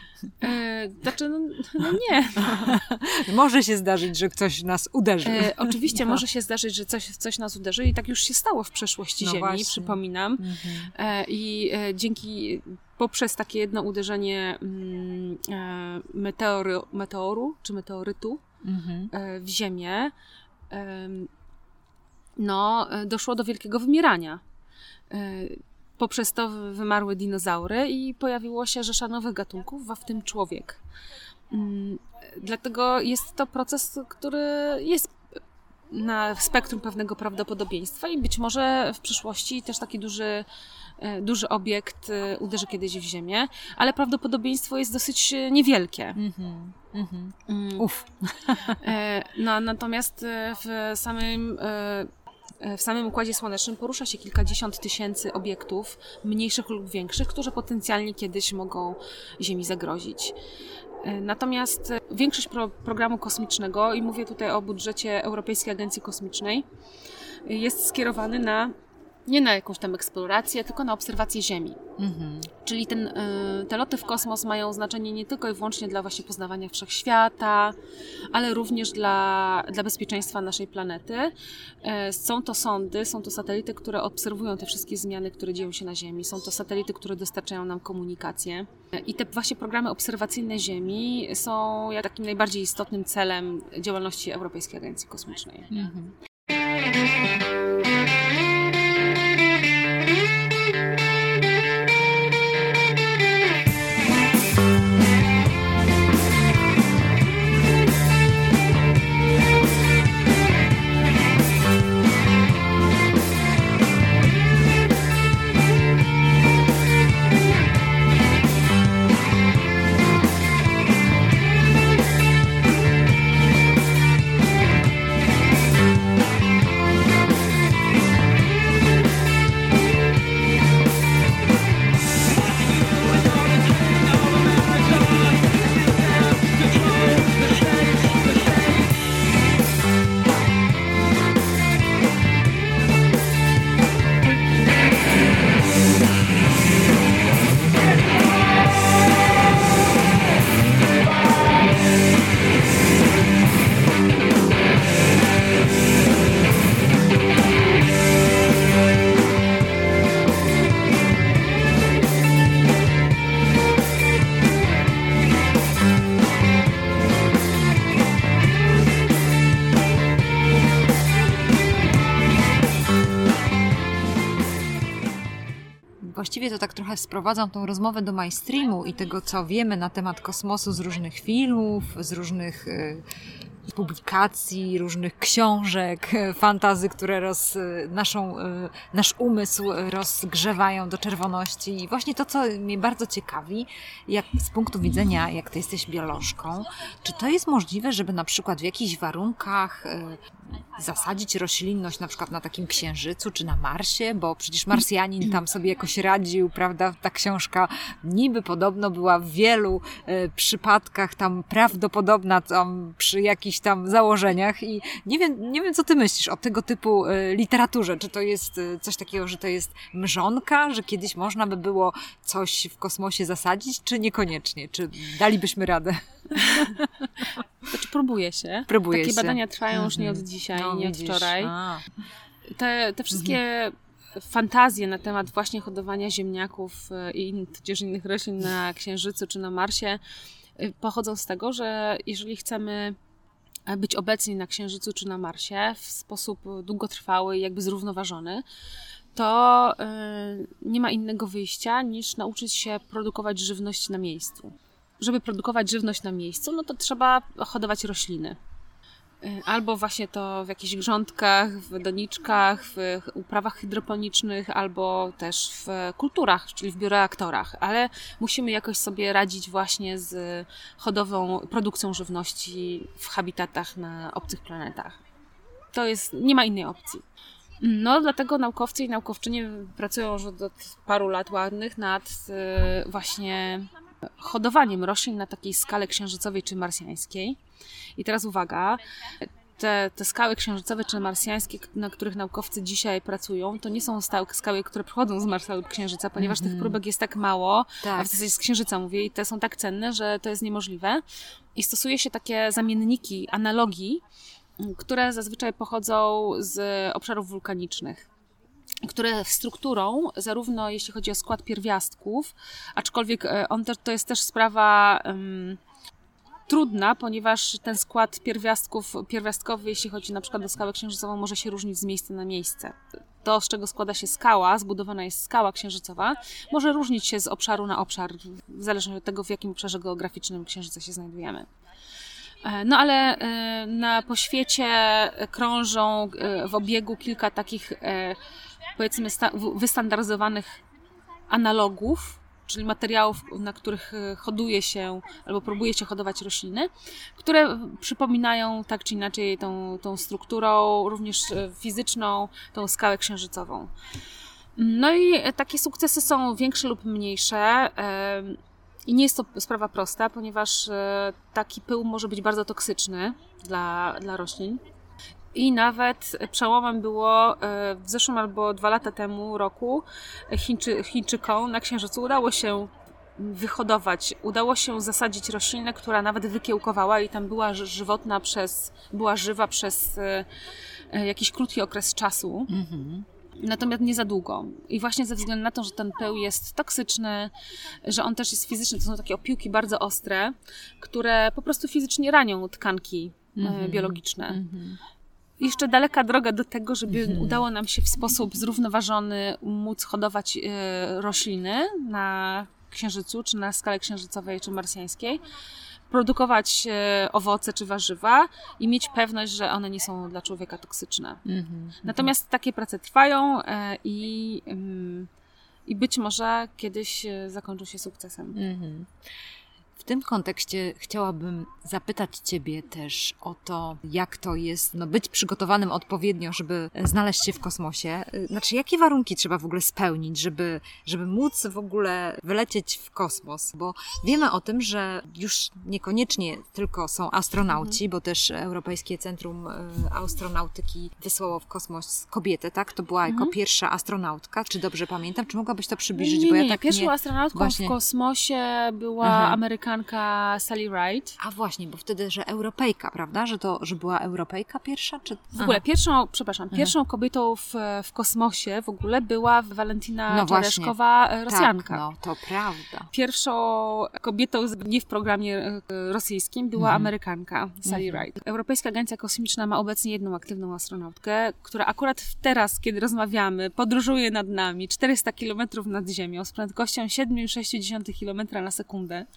B: E, znaczy, no, no nie.
A: Może się zdarzyć, że ktoś nas uderzy.
B: E, oczywiście no. może się zdarzyć, że coś, coś nas uderzy i tak już się stało w przeszłości no Ziemi, właśnie. Przypominam. Mhm. E, I e, dzięki, poprzez takie jedno uderzenie mm, e, meteory, meteoru, czy meteorytu mhm. e, w Ziemię, e, no, doszło do wielkiego wymierania. E, Poprzez to wymarły dinozaury i pojawiło się rzesza nowych gatunków, a w tym człowiek. Dlatego jest to proces, który jest na spektrum pewnego prawdopodobieństwa i być może w przyszłości też taki duży, duży obiekt uderzy kiedyś w Ziemię, ale prawdopodobieństwo jest dosyć niewielkie. Mm-hmm. Mm-hmm. Uf. No, natomiast w samym... W samym Układzie Słonecznym porusza się kilkadziesiąt tysięcy obiektów, mniejszych lub większych, które potencjalnie kiedyś mogą Ziemi zagrozić. Natomiast większość pro- programu kosmicznego, i mówię tutaj o budżecie Europejskiej Agencji Kosmicznej, jest skierowany na nie na jakąś tam eksplorację, tylko na obserwację Ziemi. Mhm. Czyli ten, te loty w kosmos mają znaczenie nie tylko i wyłącznie dla właśnie poznawania wszechświata, ale również dla, dla bezpieczeństwa naszej planety. Są to sondy, są to satelity, które obserwują te wszystkie zmiany, które dzieją się na Ziemi. Są to satelity, które dostarczają nam komunikację. I te właśnie programy obserwacyjne Ziemi są jak takim najbardziej istotnym celem działalności Europejskiej Agencji Kosmicznej. Mhm.
A: Właściwie to tak trochę sprowadzam tą rozmowę do mainstreamu i tego, co wiemy na temat kosmosu z różnych filmów, z różnych y, publikacji, różnych książek, fantazy, które roz, naszą, nasz umysł rozgrzewają do czerwoności. I właśnie to, co mnie bardzo ciekawi, jak z punktu widzenia, jak ty jesteś biolożką, czy to jest możliwe, żeby na przykład w jakichś warunkach zasadzić roślinność na przykład na takim Księżycu czy na Marsie, bo przecież Marsjanin tam sobie jakoś radził, prawda? Ta książka niby podobno była w wielu e, przypadkach tam prawdopodobna tam przy jakichś tam założeniach i nie wiem, nie wiem co ty myślisz o tego typu e, literaturze. Czy to jest e, coś takiego, że to jest mrzonka, że kiedyś można by było coś w kosmosie zasadzić, czy niekoniecznie? Czy dalibyśmy radę?
B: Znaczy próbuje się.
A: Próbuje
B: Takie
A: się.
B: badania trwają już nie od
A: Mhm.
B: dzisiaj,
A: No,
B: nie
A: widzisz.
B: od wczoraj.
A: A.
B: Te, te wszystkie fantazje na temat właśnie hodowania ziemniaków i tudzież innych roślin na Księżycu czy na Marsie pochodzą z tego, że jeżeli chcemy być obecni na Księżycu czy na Marsie w sposób długotrwały i jakby zrównoważony, to nie ma innego wyjścia niż nauczyć się produkować żywność na miejscu. Żeby produkować żywność na miejscu, no to trzeba hodować rośliny. Albo właśnie to w jakichś grządkach, w doniczkach, w uprawach hydroponicznych, albo też w kulturach, czyli w bioreaktorach. Ale musimy jakoś sobie radzić właśnie z hodową, produkcją żywności w habitatach na obcych planetach. To jest, nie ma innej opcji. No, dlatego naukowcy i naukowczynie pracują już od paru lat ładnych nad właśnie hodowaniem roślin na takiej skale księżycowej czy marsjańskiej. I teraz uwaga, te, te skały księżycowe czy marsjańskie, na których naukowcy dzisiaj pracują, to nie są skały, które przychodzą z Marsa lub Księżyca, ponieważ mm-hmm. tych próbek jest tak mało, tak. a w zasadzie z Księżyca mówię, i te są tak cenne, że to jest niemożliwe. I stosuje się takie zamienniki, analogii, które zazwyczaj pochodzą z obszarów wulkanicznych, które strukturą, zarówno jeśli chodzi o skład pierwiastków, aczkolwiek on też, to jest też sprawa um, trudna, ponieważ ten skład pierwiastków, pierwiastkowy, jeśli chodzi na przykład o skałę księżycową, może się różnić z miejsca na miejsce. To, z czego składa się skała, zbudowana jest skała księżycowa, może różnić się z obszaru na obszar, w zależności od tego, w jakim obszarze geograficznym Księżyca się znajdujemy. No ale na poświecie krążą w obiegu kilka takich, powiedzmy, wystandaryzowanych analogów, czyli materiałów, na których hoduje się albo próbuje się hodować rośliny, które przypominają tak czy inaczej tą, tą strukturą, również fizyczną, tą skałę księżycową. No i takie sukcesy są większe lub mniejsze. I nie jest to sprawa prosta, ponieważ taki pył może być bardzo toksyczny dla, dla roślin. I nawet przełomem było w zeszłym albo dwa lata temu roku Chińczy, Chińczykom na Księżycu udało się wyhodować, udało się zasadzić roślinę, która nawet wykiełkowała i tam była żywotna przez, była żywa przez jakiś krótki okres czasu. Mhm. Natomiast nie za długo. I właśnie ze względu na to, że ten pył jest toksyczny, że on też jest fizyczny, to są takie opiłki bardzo ostre, które po prostu fizycznie ranią tkanki mm-hmm. biologiczne. Mm-hmm. Jeszcze daleka droga do tego, żeby mm-hmm. udało nam się w sposób zrównoważony móc hodować y, rośliny na Księżycu, czy na skale księżycowej, czy marsjańskiej, produkować e, owoce czy warzywa i mieć pewność, że one nie są dla człowieka toksyczne. Mm-hmm. Natomiast takie prace trwają e, i, ym, i być może kiedyś e, zakończą się sukcesem. Mm-hmm.
A: W tym kontekście chciałabym zapytać Ciebie też o to, jak to jest no, być przygotowanym odpowiednio, żeby znaleźć się w kosmosie. Znaczy, jakie warunki trzeba w ogóle spełnić, żeby, żeby móc w ogóle wylecieć w kosmos? Bo wiemy o tym, że już niekoniecznie tylko są astronauci, mhm. bo też Europejskie Centrum Astronautyki wysłało w kosmos kobietę, tak? To była mhm. jako pierwsza astronautka, czy dobrze pamiętam? Czy mogłabyś to przybliżyć?
B: Nie,
A: bo
B: nie,
A: ja tak
B: pierwszą
A: nie...
B: astronautką Właśnie... w kosmosie była Aha. Amerykanka Sally Ride.
A: A właśnie, bo wtedy, że Europejka, prawda? Że to, że była Europejka pierwsza? Czy...
B: W ogóle pierwszą, przepraszam, Aha. pierwszą kobietą w, w kosmosie w ogóle była Walentina no Czareszkowa, Rosjanka.
A: Tak, no to prawda.
B: Pierwszą kobietą nie w programie rosyjskim była mhm. Amerykanka Sally mhm. Ride. Europejska Agencja Kosmiczna ma obecnie jedną aktywną astronautkę, która akurat teraz, kiedy rozmawiamy, podróżuje nad nami czterysta kilometrów nad Ziemią z prędkością siedem przecinek sześć kilometra na sekundę.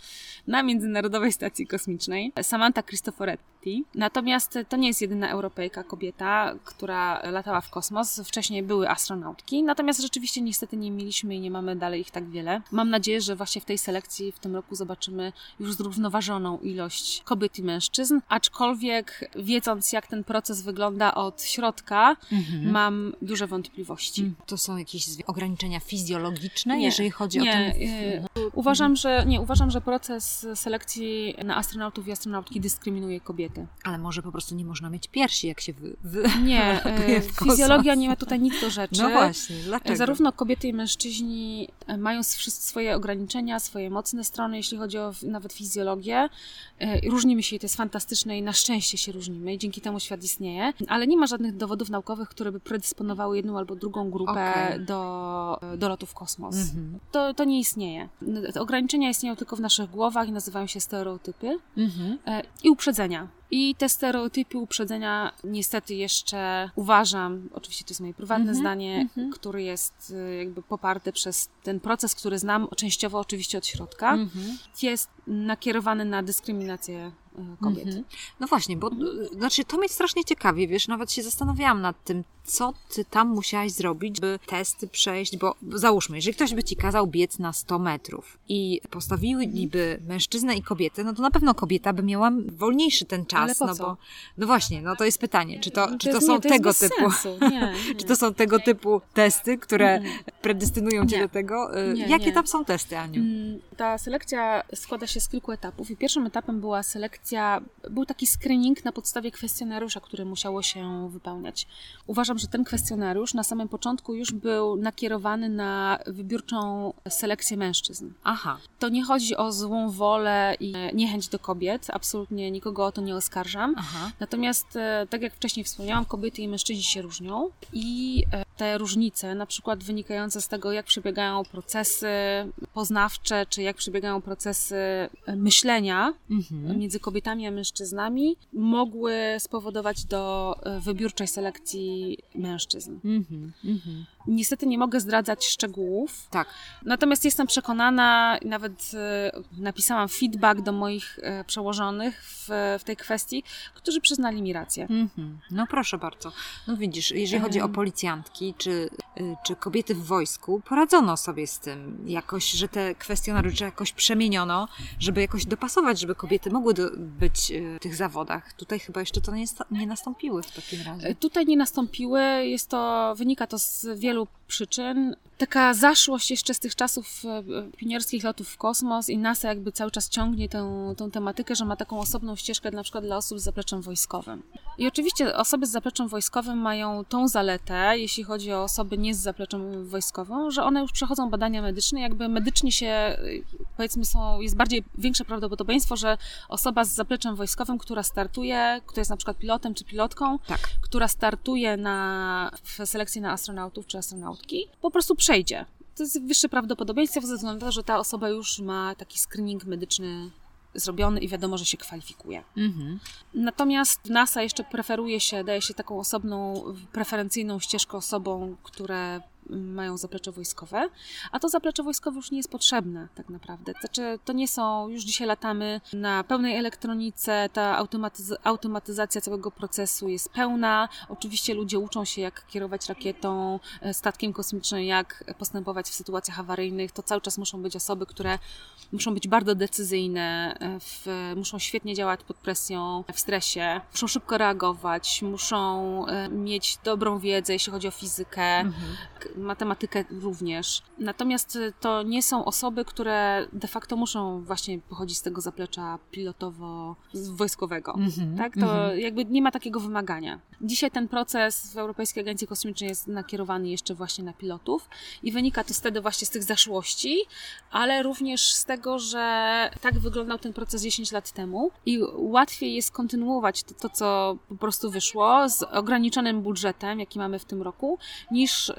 B: na Międzynarodowej Stacji Kosmicznej, Samantha Cristoforetti. Natomiast to nie jest jedyna Europejka, kobieta, która latała w kosmos. Wcześniej były astronautki, natomiast rzeczywiście niestety nie mieliśmy i nie mamy dalej ich tak wiele. Mam nadzieję, że właśnie w tej selekcji w tym roku zobaczymy już zrównoważoną ilość kobiet i mężczyzn, aczkolwiek wiedząc, jak ten proces wygląda od środka, mhm. mam duże wątpliwości.
A: To są jakieś ograniczenia fizjologiczne,
B: nie,
A: jeżeli chodzi
B: nie,
A: o ten...
B: Nie, uważam, że, nie, uważam, że proces selekcji na astronautów i astronautki dyskryminuje kobiety.
A: Ale może po prostu nie można mieć piersi, jak się wy... wy
B: nie, fizjologia nie ma tutaj nic do rzeczy.
A: No właśnie, dlaczego?
B: Zarówno kobiety i mężczyźni mają swoje ograniczenia, swoje mocne strony, jeśli chodzi o nawet fizjologię. Różnimy się i to jest fantastyczne i na szczęście się różnimy i dzięki temu świat istnieje, ale nie ma żadnych dowodów naukowych, które by predysponowały jedną albo drugą grupę okay. do, do lotu w kosmos. Mm-hmm. To, to nie istnieje. Te ograniczenia istnieją tylko w naszych głowach i nazywają się stereotypy mm-hmm. i uprzedzenia. I te stereotypy, uprzedzenia niestety jeszcze uważam, oczywiście to jest moje prywatne mm-hmm, zdanie, mm-hmm. który jest jakby poparty przez ten proces, który znam częściowo oczywiście od środka, mm-hmm. jest nakierowany na dyskryminację kobiet. Mm-hmm.
A: No właśnie, bo mm-hmm. znaczy to mnie strasznie ciekawi, wiesz, nawet się zastanawiałam nad tym, co ty tam musiałaś zrobić, by testy przejść, bo załóżmy, jeżeli ktoś by ci kazał biec na sto metrów i postawiłyby mężczyznę i kobietę, no to na pewno kobieta by miała wolniejszy ten czas.
B: Ale po
A: no
B: co?
A: Bo, no właśnie, no to jest pytanie, czy to,
B: to,
A: czy
B: jest,
A: to są
B: nie, to
A: tego
B: jest bez
A: typu
B: sensu. Nie, nie.
A: czy to są tego typu testy, które nie. predestynują cię
B: nie.
A: do tego?
B: Nie,
A: Jakie
B: nie.
A: tam są testy, Aniu?
B: Ta selekcja składa się z kilku etapów i pierwszym etapem była selekcja, był taki screening na podstawie kwestionariusza, który musiało się wypełniać. Uważam, że ten kwestionariusz na samym początku już był nakierowany na wybiórczą selekcję mężczyzn.
A: Aha.
B: To nie chodzi o złą wolę i niechęć do kobiet, absolutnie nikogo o to nie oskarżam. Aha. Natomiast, tak jak wcześniej wspomniałam, kobiety i mężczyźni się różnią i te różnice, na przykład wynikające z tego, jak przebiegają procesy poznawcze, czy jak przebiegają procesy myślenia mhm. między kobietami a mężczyznami, mogły spowodować do wybiórczej selekcji mężczyzn. Mhm. Mhm. Niestety nie mogę zdradzać szczegółów.
A: Tak.
B: Natomiast jestem przekonana, nawet napisałam feedback do moich przełożonych w, w tej kwestii, którzy przyznali mi rację. Mm-hmm.
A: No proszę bardzo. No widzisz, jeżeli chodzi o policjantki, czy, czy kobiety w wojsku, poradzono sobie z tym jakoś, że te kwestionariusze jakoś przemieniono, żeby jakoś dopasować, żeby kobiety mogły do, być w tych zawodach. Tutaj chyba jeszcze to nie, nie nastąpiły w takim razie.
B: Tutaj nie nastąpiły. Jest to, wynika to z wielu przyczyn. Taka zaszłość jeszcze z tych czasów pionierskich lotów w kosmos i NASA jakby cały czas ciągnie tę, tę tematykę, że ma taką osobną ścieżkę na przykład dla osób z zapleczem wojskowym. I oczywiście osoby z zapleczem wojskowym mają tą zaletę, jeśli chodzi o osoby nie z zapleczem wojskowym, że one już przechodzą badania medyczne, jakby medycznie się, powiedzmy, są, jest bardziej większe prawdopodobieństwo, że osoba z zapleczem wojskowym, która startuje, która jest na przykład pilotem czy pilotką,
A: tak.
B: która startuje na, w selekcji na astronautów czy astronautki, po prostu przejdzie. To jest wyższe prawdopodobieństwo ze względu na to, że ta osoba już ma taki screening medyczny zrobiony i wiadomo, że się kwalifikuje. Mhm. Natomiast NASA jeszcze preferuje się, daje się taką osobną, preferencyjną ścieżkę osobom, które mają zaplecze wojskowe, a to zaplecze wojskowe już nie jest potrzebne tak naprawdę. Znaczy, to nie są, już dzisiaj latamy na pełnej elektronice, ta automatyz- automatyzacja całego procesu jest pełna. Oczywiście ludzie uczą się, jak kierować rakietą, statkiem kosmicznym, jak postępować w sytuacjach awaryjnych. To cały czas muszą być osoby, które muszą być bardzo decyzyjne, w, muszą świetnie działać pod presją, w stresie, muszą szybko reagować, muszą mieć dobrą wiedzę, jeśli chodzi o fizykę, mhm. matematykę również. Natomiast to nie są osoby, które de facto muszą właśnie pochodzić z tego zaplecza pilotowo-wojskowego. Mm-hmm, tak? To mm-hmm. jakby nie ma takiego wymagania. Dzisiaj ten proces w Europejskiej Agencji Kosmicznej jest nakierowany jeszcze właśnie na pilotów i wynika to wtedy właśnie z tych zaszłości, ale również z tego, że tak wyglądał ten proces dziesięć lat temu i łatwiej jest kontynuować to, to co po prostu wyszło z ograniczonym budżetem, jaki mamy w tym roku, niż całkowicie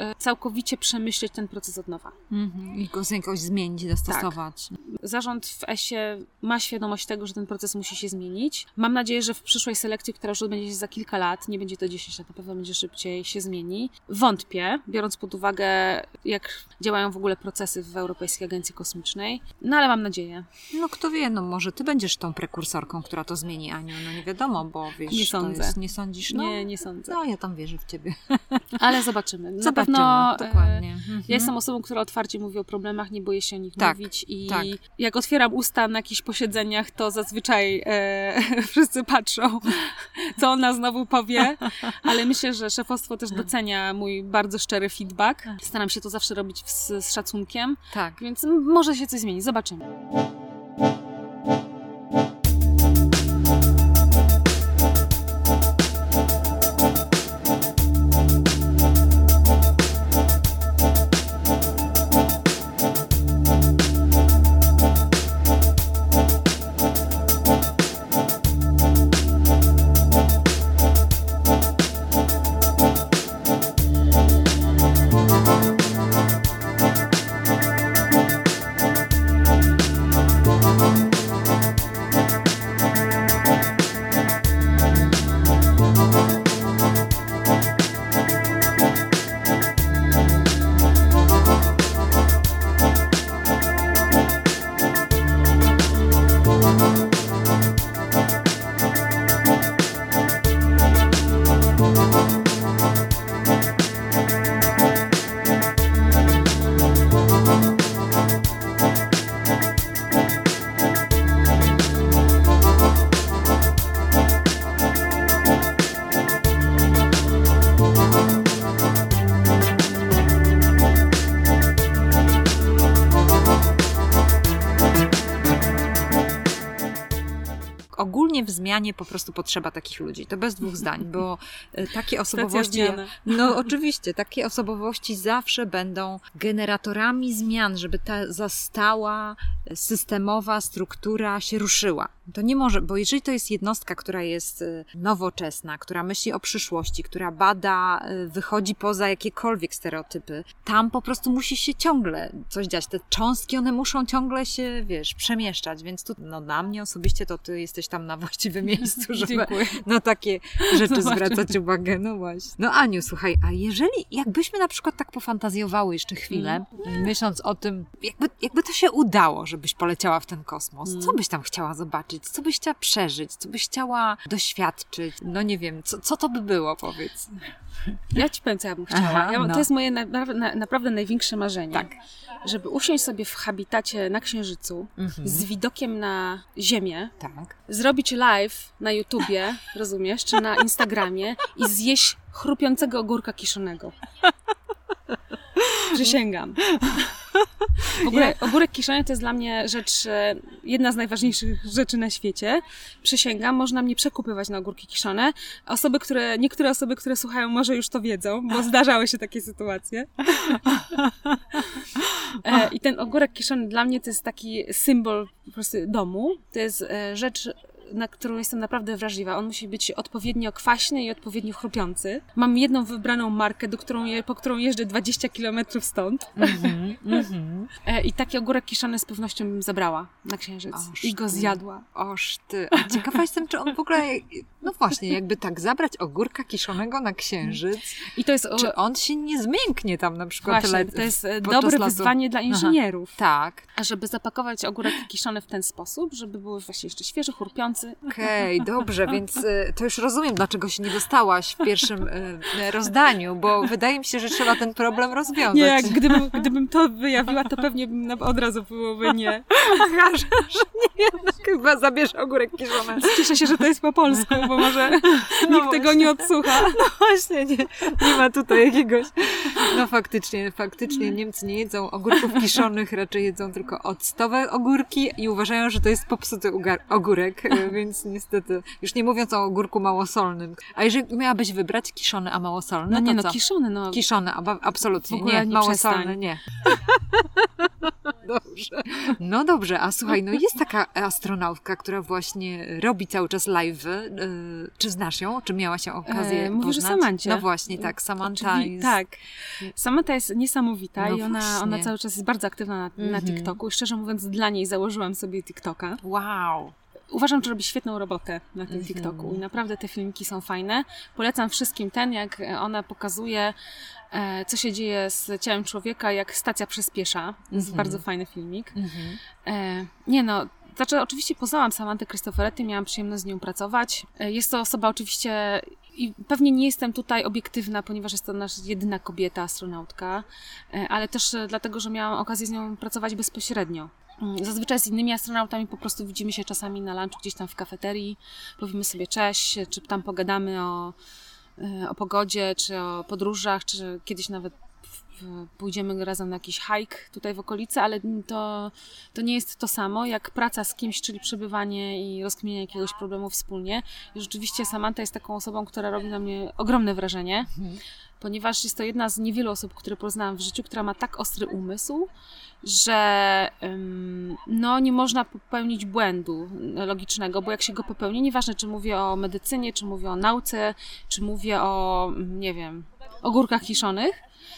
B: całkowicie przemyśleć ten proces od nowa.
A: Mhm. I go jakoś zmienić, dostosować.
B: Tak. Zarząd w esie ma świadomość tego, że ten proces musi się zmienić. Mam nadzieję, że w przyszłej selekcji, która już odbędzie się za kilka lat, nie będzie to dziesięć lat, na pewno będzie szybciej, się zmieni. Wątpię, biorąc pod uwagę, jak działają w ogóle procesy w Europejskiej Agencji Kosmicznej. No ale mam nadzieję.
A: No kto wie, no może ty będziesz tą prekursorką, która to zmieni, Aniu. No nie wiadomo, bo wiesz,
B: Nie sądzę.
A: To jest, nie sądzisz? No,
B: Nie, nie sądzę.
A: No ja tam wierzę w ciebie.
B: Ale zobaczymy. Na
A: Zobaczymy,
B: pewno
A: dokładnie.
B: e,
A: Mhm.
B: ja jestem osobą, która otwarcie mówi o problemach, nie boję się o nich
A: Tak,
B: mówić i
A: tak.
B: jak otwieram usta na jakichś posiedzeniach, to zazwyczaj e, wszyscy patrzą, co ona znowu powie, ale myślę, że szefostwo też docenia mój bardzo szczery feedback. Staram się to zawsze robić z, z szacunkiem,
A: Tak.
B: więc może się coś zmieni. Zobaczymy.
A: Ogólnie w zmianie po prostu potrzeba takich ludzi. To bez dwóch zdań, bo e, takie osobowości... No oczywiście, takie osobowości zawsze będą generatorami zmian, żeby ta zastała systemowa struktura się ruszyła. To nie może, bo jeżeli to jest jednostka, która jest nowoczesna, która myśli o przyszłości, która bada, wychodzi poza jakiekolwiek stereotypy, tam po prostu musi się ciągle coś dziać. Te cząstki, one muszą ciągle się, wiesz, przemieszczać, więc tu, no na mnie osobiście to ty jesteś tam na właściwym miejscu, żeby
B: Dziękuję.
A: na takie rzeczy
B: Zobaczymy.
A: zwracać uwagę. No właśnie. No Aniu, słuchaj, a jeżeli, jakbyśmy na przykład tak pofantazjowały jeszcze chwilę, mm. myśląc o tym, jakby, jakby to się udało, żebyś poleciała w ten kosmos, mm. co byś tam chciała zobaczyć? Co byś chciała przeżyć? Co byś chciała doświadczyć? No nie wiem, co, co to by było, powiedz?
B: Ja ci powiem, co ja bym chciała.
A: Aha,
B: ja,
A: no.
B: To jest moje na, na, naprawdę największe marzenie.
A: Tak.
B: Żeby usiąść sobie w habitacie na Księżycu
A: Mhm.
B: z widokiem na Ziemię,
A: Tak.
B: zrobić live na YouTubie, rozumiesz, czy na Instagramie i zjeść chrupiącego ogórka kiszonego. Przysięgam. W ogóle ogórek kiszony to jest dla mnie rzecz, e, jedna z najważniejszych rzeczy na świecie. Przysięgam, można mnie przekupywać na ogórki kiszone. Osoby, które, niektóre osoby, które słuchają, może już to wiedzą, bo zdarzały się takie sytuacje. E, I ten ogórek kiszony dla mnie to jest taki symbol po prostu domu. To jest e, rzecz, na którą jestem naprawdę wrażliwa. On musi być odpowiednio kwaśny i odpowiednio chrupiący. Mam jedną wybraną markę, do którą je, po którą jeżdżę dwadzieścia kilometrów stąd.
A: Mhm, mhm.
B: E, I taki ogórek kiszony z pewnością bym zabrała na Księżyc.
A: Oż
B: I go
A: ty.
B: zjadła.
A: Oż ty. A ciekawa jestem, czy on w ogóle, no właśnie, jakby tak zabrać ogórka kiszonego na Księżyc,
B: I to jest o,
A: czy on się nie zmięknie tam na przykład
B: właśnie,
A: tyle
B: to jest e,
A: podczas
B: dobre
A: lotu?
B: wyzwanie dla inżynierów.
A: Tak.
B: A żeby zapakować ogórek kiszony w ten sposób, żeby były właśnie jeszcze świeży, chrupiący.
A: Okej, okay, dobrze, więc y, to już rozumiem, dlaczego się nie dostałaś w pierwszym y, rozdaniu, bo wydaje mi się, że trzeba ten problem rozwiązać.
B: Nie, jak gdybym, gdybym to wyjawiła, to pewnie bym na- od razu byłoby nie.
A: Aha, że, że nie, jednak chyba zabierz ogórek kiszony.
B: Cieszę się, że to jest po polsku, bo może
A: No
B: nikt
A: właśnie.
B: tego nie odsłucha.
A: No właśnie, nie, nie ma tutaj jakiegoś... No faktycznie, faktycznie Niemcy nie jedzą ogórków kiszonych, raczej jedzą tylko octowe ogórki i uważają, że to jest popsuty ugar- ogórek, więc niestety, już nie mówiąc o ogórku małosolnym. A jeżeli miałabyś wybrać kiszony, a małosolny,
B: No nie,
A: to
B: no
A: co?
B: kiszony, no.
A: Kiszony, a, absolutnie,
B: W ogóle
A: nie,
B: nie
A: małosolny,
B: przestań.
A: nie. Dobrze. dobrze. No dobrze, a słuchaj, no jest taka astronautka, która właśnie robi cały czas live'y. Czy znasz ją? Czy miałaś ją okazję
B: e, Mówisz
A: poznać?
B: o Samancie.
A: No właśnie, tak, Samantha
B: Oczywi-
A: jest...
B: Tak. Samantha jest niesamowita
A: No
B: i ona, ona cały czas jest bardzo aktywna na,
A: Mhm.
B: na TikToku. I szczerze mówiąc, dla niej założyłam sobie TikToka.
A: Wow.
B: Uważam, że robi świetną robotę na tym
A: Mhm.
B: TikToku i naprawdę te filmiki są fajne. Polecam wszystkim ten, jak ona pokazuje, e, co się dzieje z ciałem człowieka, jak stacja przyspiesza. To jest
A: Mhm.
B: bardzo fajny filmik.
A: Mhm.
B: E, nie no, znaczy oczywiście poznałam Samanthę Cristoforetti, miałam przyjemność z nią pracować. E, jest to osoba oczywiście... I pewnie nie jestem tutaj obiektywna, ponieważ jest to nasza jedyna kobieta astronautka, e, ale też e, dlatego, że miałam okazję z nią pracować bezpośrednio. Zazwyczaj z innymi astronautami po prostu widzimy się czasami na lunchu gdzieś tam w kafeterii, powiemy sobie cześć, czy tam pogadamy o, o pogodzie, czy o podróżach, czy kiedyś nawet pójdziemy razem na jakiś hike tutaj w okolicy, ale to, to nie jest to samo jak praca z kimś, czyli przebywanie i rozkminianie jakiegoś problemu wspólnie. I rzeczywiście Samantha jest taką osobą, która robi na mnie ogromne wrażenie, mhm. ponieważ jest to jedna z niewielu osób, które poznałam w życiu, która ma tak ostry umysł, że um, no, nie można popełnić błędu logicznego, bo jak się go popełni, nieważne czy mówię o medycynie, czy mówię o nauce, czy mówię o, nie wiem, ogórkach kiszonych,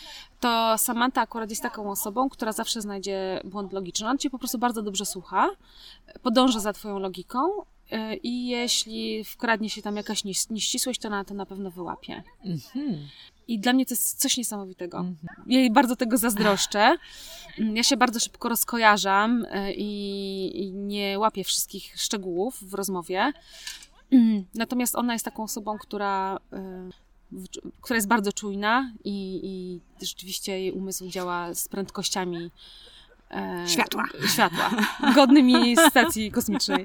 B: to Samantha akurat jest taką osobą, która zawsze znajdzie błąd logiczny. On cię po prostu bardzo dobrze słucha, podąża za twoją logiką i jeśli wkradnie się tam jakaś nieścisłość, to na to na pewno wyłapie. Mm-hmm. I dla mnie to jest coś niesamowitego. Mm-hmm. Ja jej bardzo tego zazdroszczę. Ja się bardzo szybko rozkojarzam i, i nie łapię wszystkich szczegółów w rozmowie. Natomiast ona jest taką osobą, która... która jest bardzo czujna i, i rzeczywiście jej umysł działa z prędkościami e,
A: światła.
B: światła, godnymi stacji kosmicznej.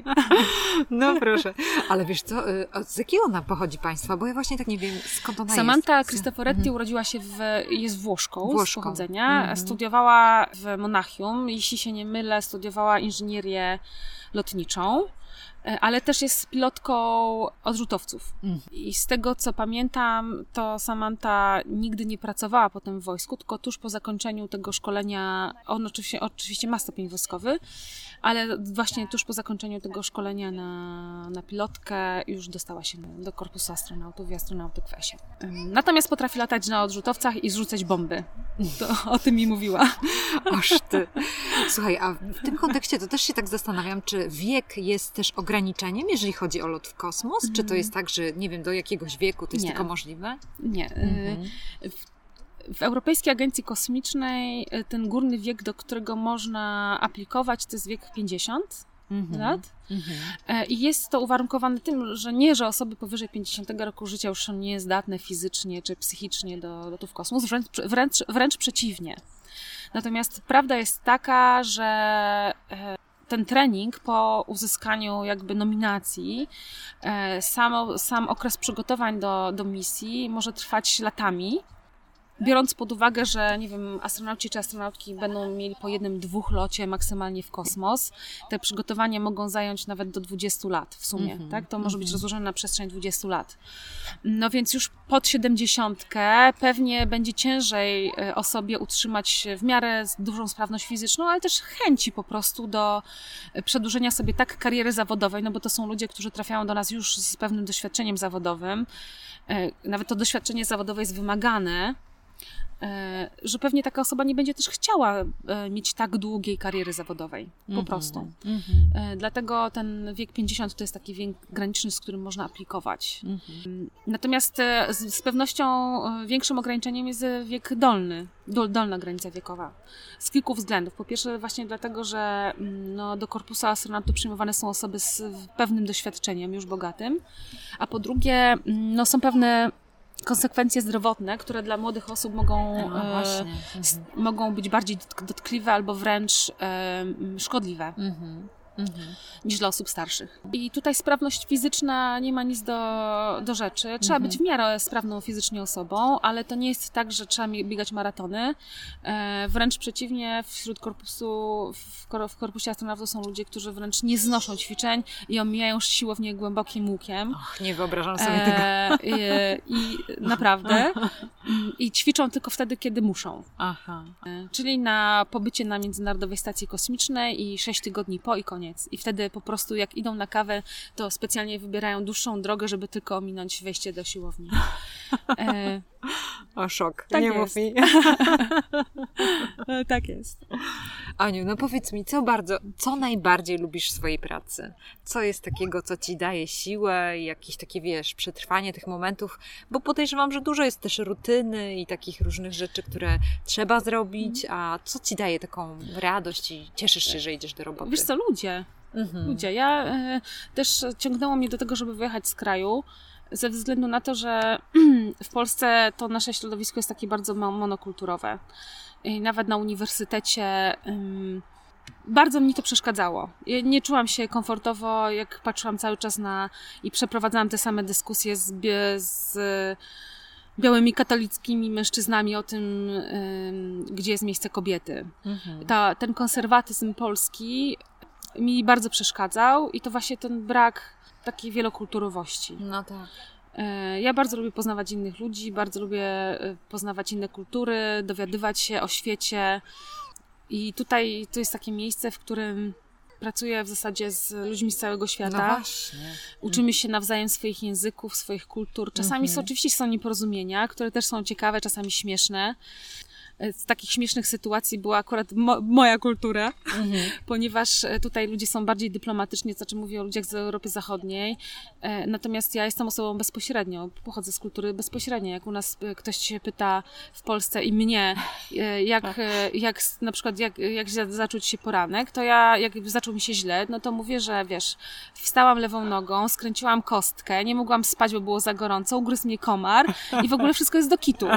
A: No proszę. Ale wiesz co, z jakiego ona pochodzi państwa? Bo ja właśnie tak nie wiem, skąd ona
B: Samantha
A: jest.
B: Cristoforetti mhm. urodziła się w, jest Włoszką, Włoszką. z pochodzenia. Mhm. Studiowała w Monachium. Jeśli się nie mylę, studiowała inżynierię lotniczą. Ale też jest pilotką odrzutowców. Mm. I z tego, co pamiętam, to Samantha nigdy nie pracowała potem w wojsku, tylko tuż po zakończeniu tego szkolenia, on oczywiście, oczywiście ma stopień wojskowy, ale właśnie tuż po zakończeniu tego szkolenia na, na pilotkę już dostała się do korpusu astronautów i astronautek w esie. Natomiast potrafi latać na odrzutowcach i zrzucać bomby. To o tym mi mówiła.
A: Oż ty. Słuchaj, a w tym kontekście to też się tak zastanawiam, czy wiek jest też ograniczeniem, jeżeli chodzi o lot w kosmos? Mm. Czy to jest tak, że nie wiem, do jakiegoś wieku to jest
B: nie. tylko
A: możliwe?
B: Nie. Mm-hmm. W, w Europejskiej Agencji Kosmicznej ten górny wiek, do którego można aplikować, to jest wiek pięćdziesiąt mm-hmm. lat. Mm-hmm. I jest to uwarunkowane tym, że nie, że osoby powyżej pięćdziesiątego roku życia już są niezdatne fizycznie czy psychicznie do lotu w kosmos, wręcz, wręcz, wręcz przeciwnie. Natomiast prawda jest taka, że ten trening po uzyskaniu jakby nominacji, sam, sam okres przygotowań do, do misji może trwać latami. Biorąc pod uwagę, że nie wiem, astronauci czy astronautki będą mieli po jednym, dwóch locie maksymalnie w kosmos, te przygotowania mogą zająć nawet do dwudziestu lat w sumie, mm-hmm. tak? To może mm-hmm. być rozłożone na przestrzeń dwudziestu lat. No więc już pod siedemdziesiątkę pewnie będzie ciężej osobie utrzymać w miarę dużą sprawność fizyczną, ale też chęci po prostu do przedłużenia sobie tak kariery zawodowej, no bo to są ludzie, którzy trafiają do nas już z pewnym doświadczeniem zawodowym. Nawet to doświadczenie zawodowe jest wymagane, że pewnie taka osoba nie będzie też chciała mieć tak długiej kariery zawodowej, po mm-hmm. prostu. Mm-hmm. Dlatego ten wiek pięćdziesiąt to jest taki wiek graniczny, z którym można aplikować. Mm-hmm. Natomiast z, z pewnością większym ograniczeniem jest wiek dolny, dol, dolna granica wiekowa. Z kilku względów. Po pierwsze właśnie dlatego, że no, do korpusu astronautów przyjmowane są osoby z pewnym doświadczeniem, już bogatym, a po drugie no, są pewne konsekwencje zdrowotne, które dla młodych osób mogą,
A: no,
B: e, s- mogą być bardziej dotkliwe albo wręcz e, szkodliwe. Mhm. mhm. niż dla osób starszych. I tutaj sprawność fizyczna nie ma nic do, do rzeczy. Trzeba mhm. być w miarę sprawną fizycznie osobą, ale to nie jest tak, że trzeba biegać maratony. E, wręcz przeciwnie, wśród korpusu, w, kor, w korpusie astronautów są ludzie, którzy wręcz nie znoszą ćwiczeń i omijają siłownię głębokim łukiem.
A: Och, nie wyobrażam sobie tego.
B: E, i, I naprawdę. I ćwiczą tylko wtedy, kiedy muszą.
A: Aha.
B: E, czyli na pobycie na Międzynarodowej Stacji Kosmicznej i sześć tygodni po i koniec. I wtedy po prostu jak idą na kawę, to specjalnie wybierają dłuższą drogę, żeby tylko ominąć wejście do siłowni. E,
A: o, szok.
B: Tak
A: nie
B: jest.
A: mów mi.
B: Tak jest.
A: Aniu, no powiedz mi, co bardzo, co najbardziej lubisz w swojej pracy? Co jest takiego, co ci daje siłę i jakieś takie, wiesz, przetrwanie tych momentów? Bo podejrzewam, że dużo jest też rutyny i takich różnych rzeczy, które trzeba zrobić, a co ci daje taką radość i cieszysz się, że idziesz do roboty?
B: Wiesz co, ludzie. Mhm. Ludzie. Ja y, też ciągnęło mnie do tego, żeby wyjechać z kraju, ze względu na to, że w Polsce to nasze środowisko jest takie bardzo monokulturowe. I nawet na uniwersytecie um, bardzo mi to przeszkadzało. Ja nie czułam się komfortowo, jak patrzyłam cały czas na i przeprowadzałam te same dyskusje z, z białymi katolickimi mężczyznami o tym, um, gdzie jest miejsce kobiety. Mhm. Ta, ten konserwatyzm polski mi bardzo przeszkadzał i to właśnie ten brak takiej wielokulturowości.
A: No tak.
B: Ja bardzo lubię poznawać innych ludzi, bardzo lubię poznawać inne kultury, dowiadywać się o świecie i tutaj to jest takie miejsce, w którym pracuję w zasadzie z ludźmi z całego świata.
A: No właśnie.
B: Uczymy się nawzajem swoich języków, swoich kultur. Czasami mhm. są, oczywiście są nieporozumienia, które też są ciekawe, czasami śmieszne. Z takich śmiesznych sytuacji była akurat mo- moja kultura, mhm. ponieważ tutaj ludzie są bardziej dyplomatyczni, to znaczy mówię o ludziach z Europy Zachodniej, e, natomiast ja jestem osobą bezpośrednią, pochodzę z kultury bezpośredniej. Jak u nas ktoś się pyta w Polsce i mnie, e, jak, e, jak na przykład jak, jak zacząć się poranek, to ja, jak zaczął mi się źle, no to mówię, że wiesz, wstałam lewą nogą, skręciłam kostkę, nie mogłam spać, bo było za gorąco, ugryzł mnie komar i w ogóle wszystko jest do kitu.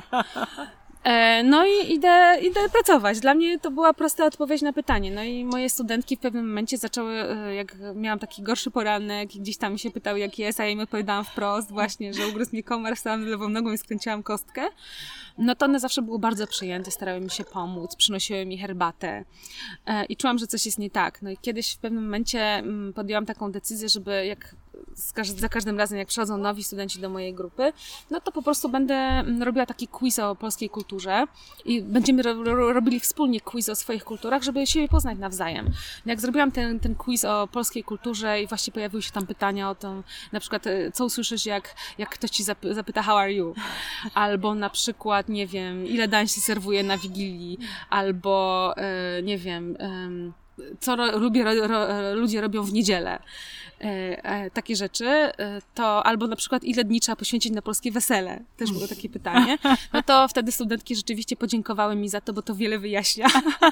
B: No i idę, idę pracować. Dla mnie to była prosta odpowiedź na pytanie. No i moje studentki w pewnym momencie zaczęły, jak miałam taki gorszy poranek i gdzieś tam mi się pytały, jak jest, a ja im odpowiadałam wprost właśnie, że ugryzł mnie komar, wstałam lewą nogą i skręciłam kostkę. No to one zawsze były bardzo przyjęte, starały mi się pomóc, przynosiły mi herbatę i czułam, że coś jest nie tak. No i kiedyś w pewnym momencie podjęłam taką decyzję, żeby jak za każdym razem, jak przychodzą nowi studenci do mojej grupy, no to po prostu będę robiła taki quiz o polskiej kulturze i będziemy ro- ro- robili wspólnie quiz o swoich kulturach, żeby siebie poznać nawzajem. Jak zrobiłam ten, ten quiz o polskiej kulturze i właśnie pojawiły się tam pytania o to, na przykład, co usłyszysz, jak, jak ktoś ci zap- zapyta how are you? Albo na przykład, nie wiem, ile dań się serwuje na Wigilii? Albo, e, nie wiem, e, co ro- lubię, ro- ro- ludzie robią w niedzielę. E, e, takie rzeczy, e, to albo na przykład ile dni trzeba poświęcić na polskie wesele, też było takie pytanie, no to wtedy studentki rzeczywiście podziękowały mi za to, bo to wiele wyjaśnia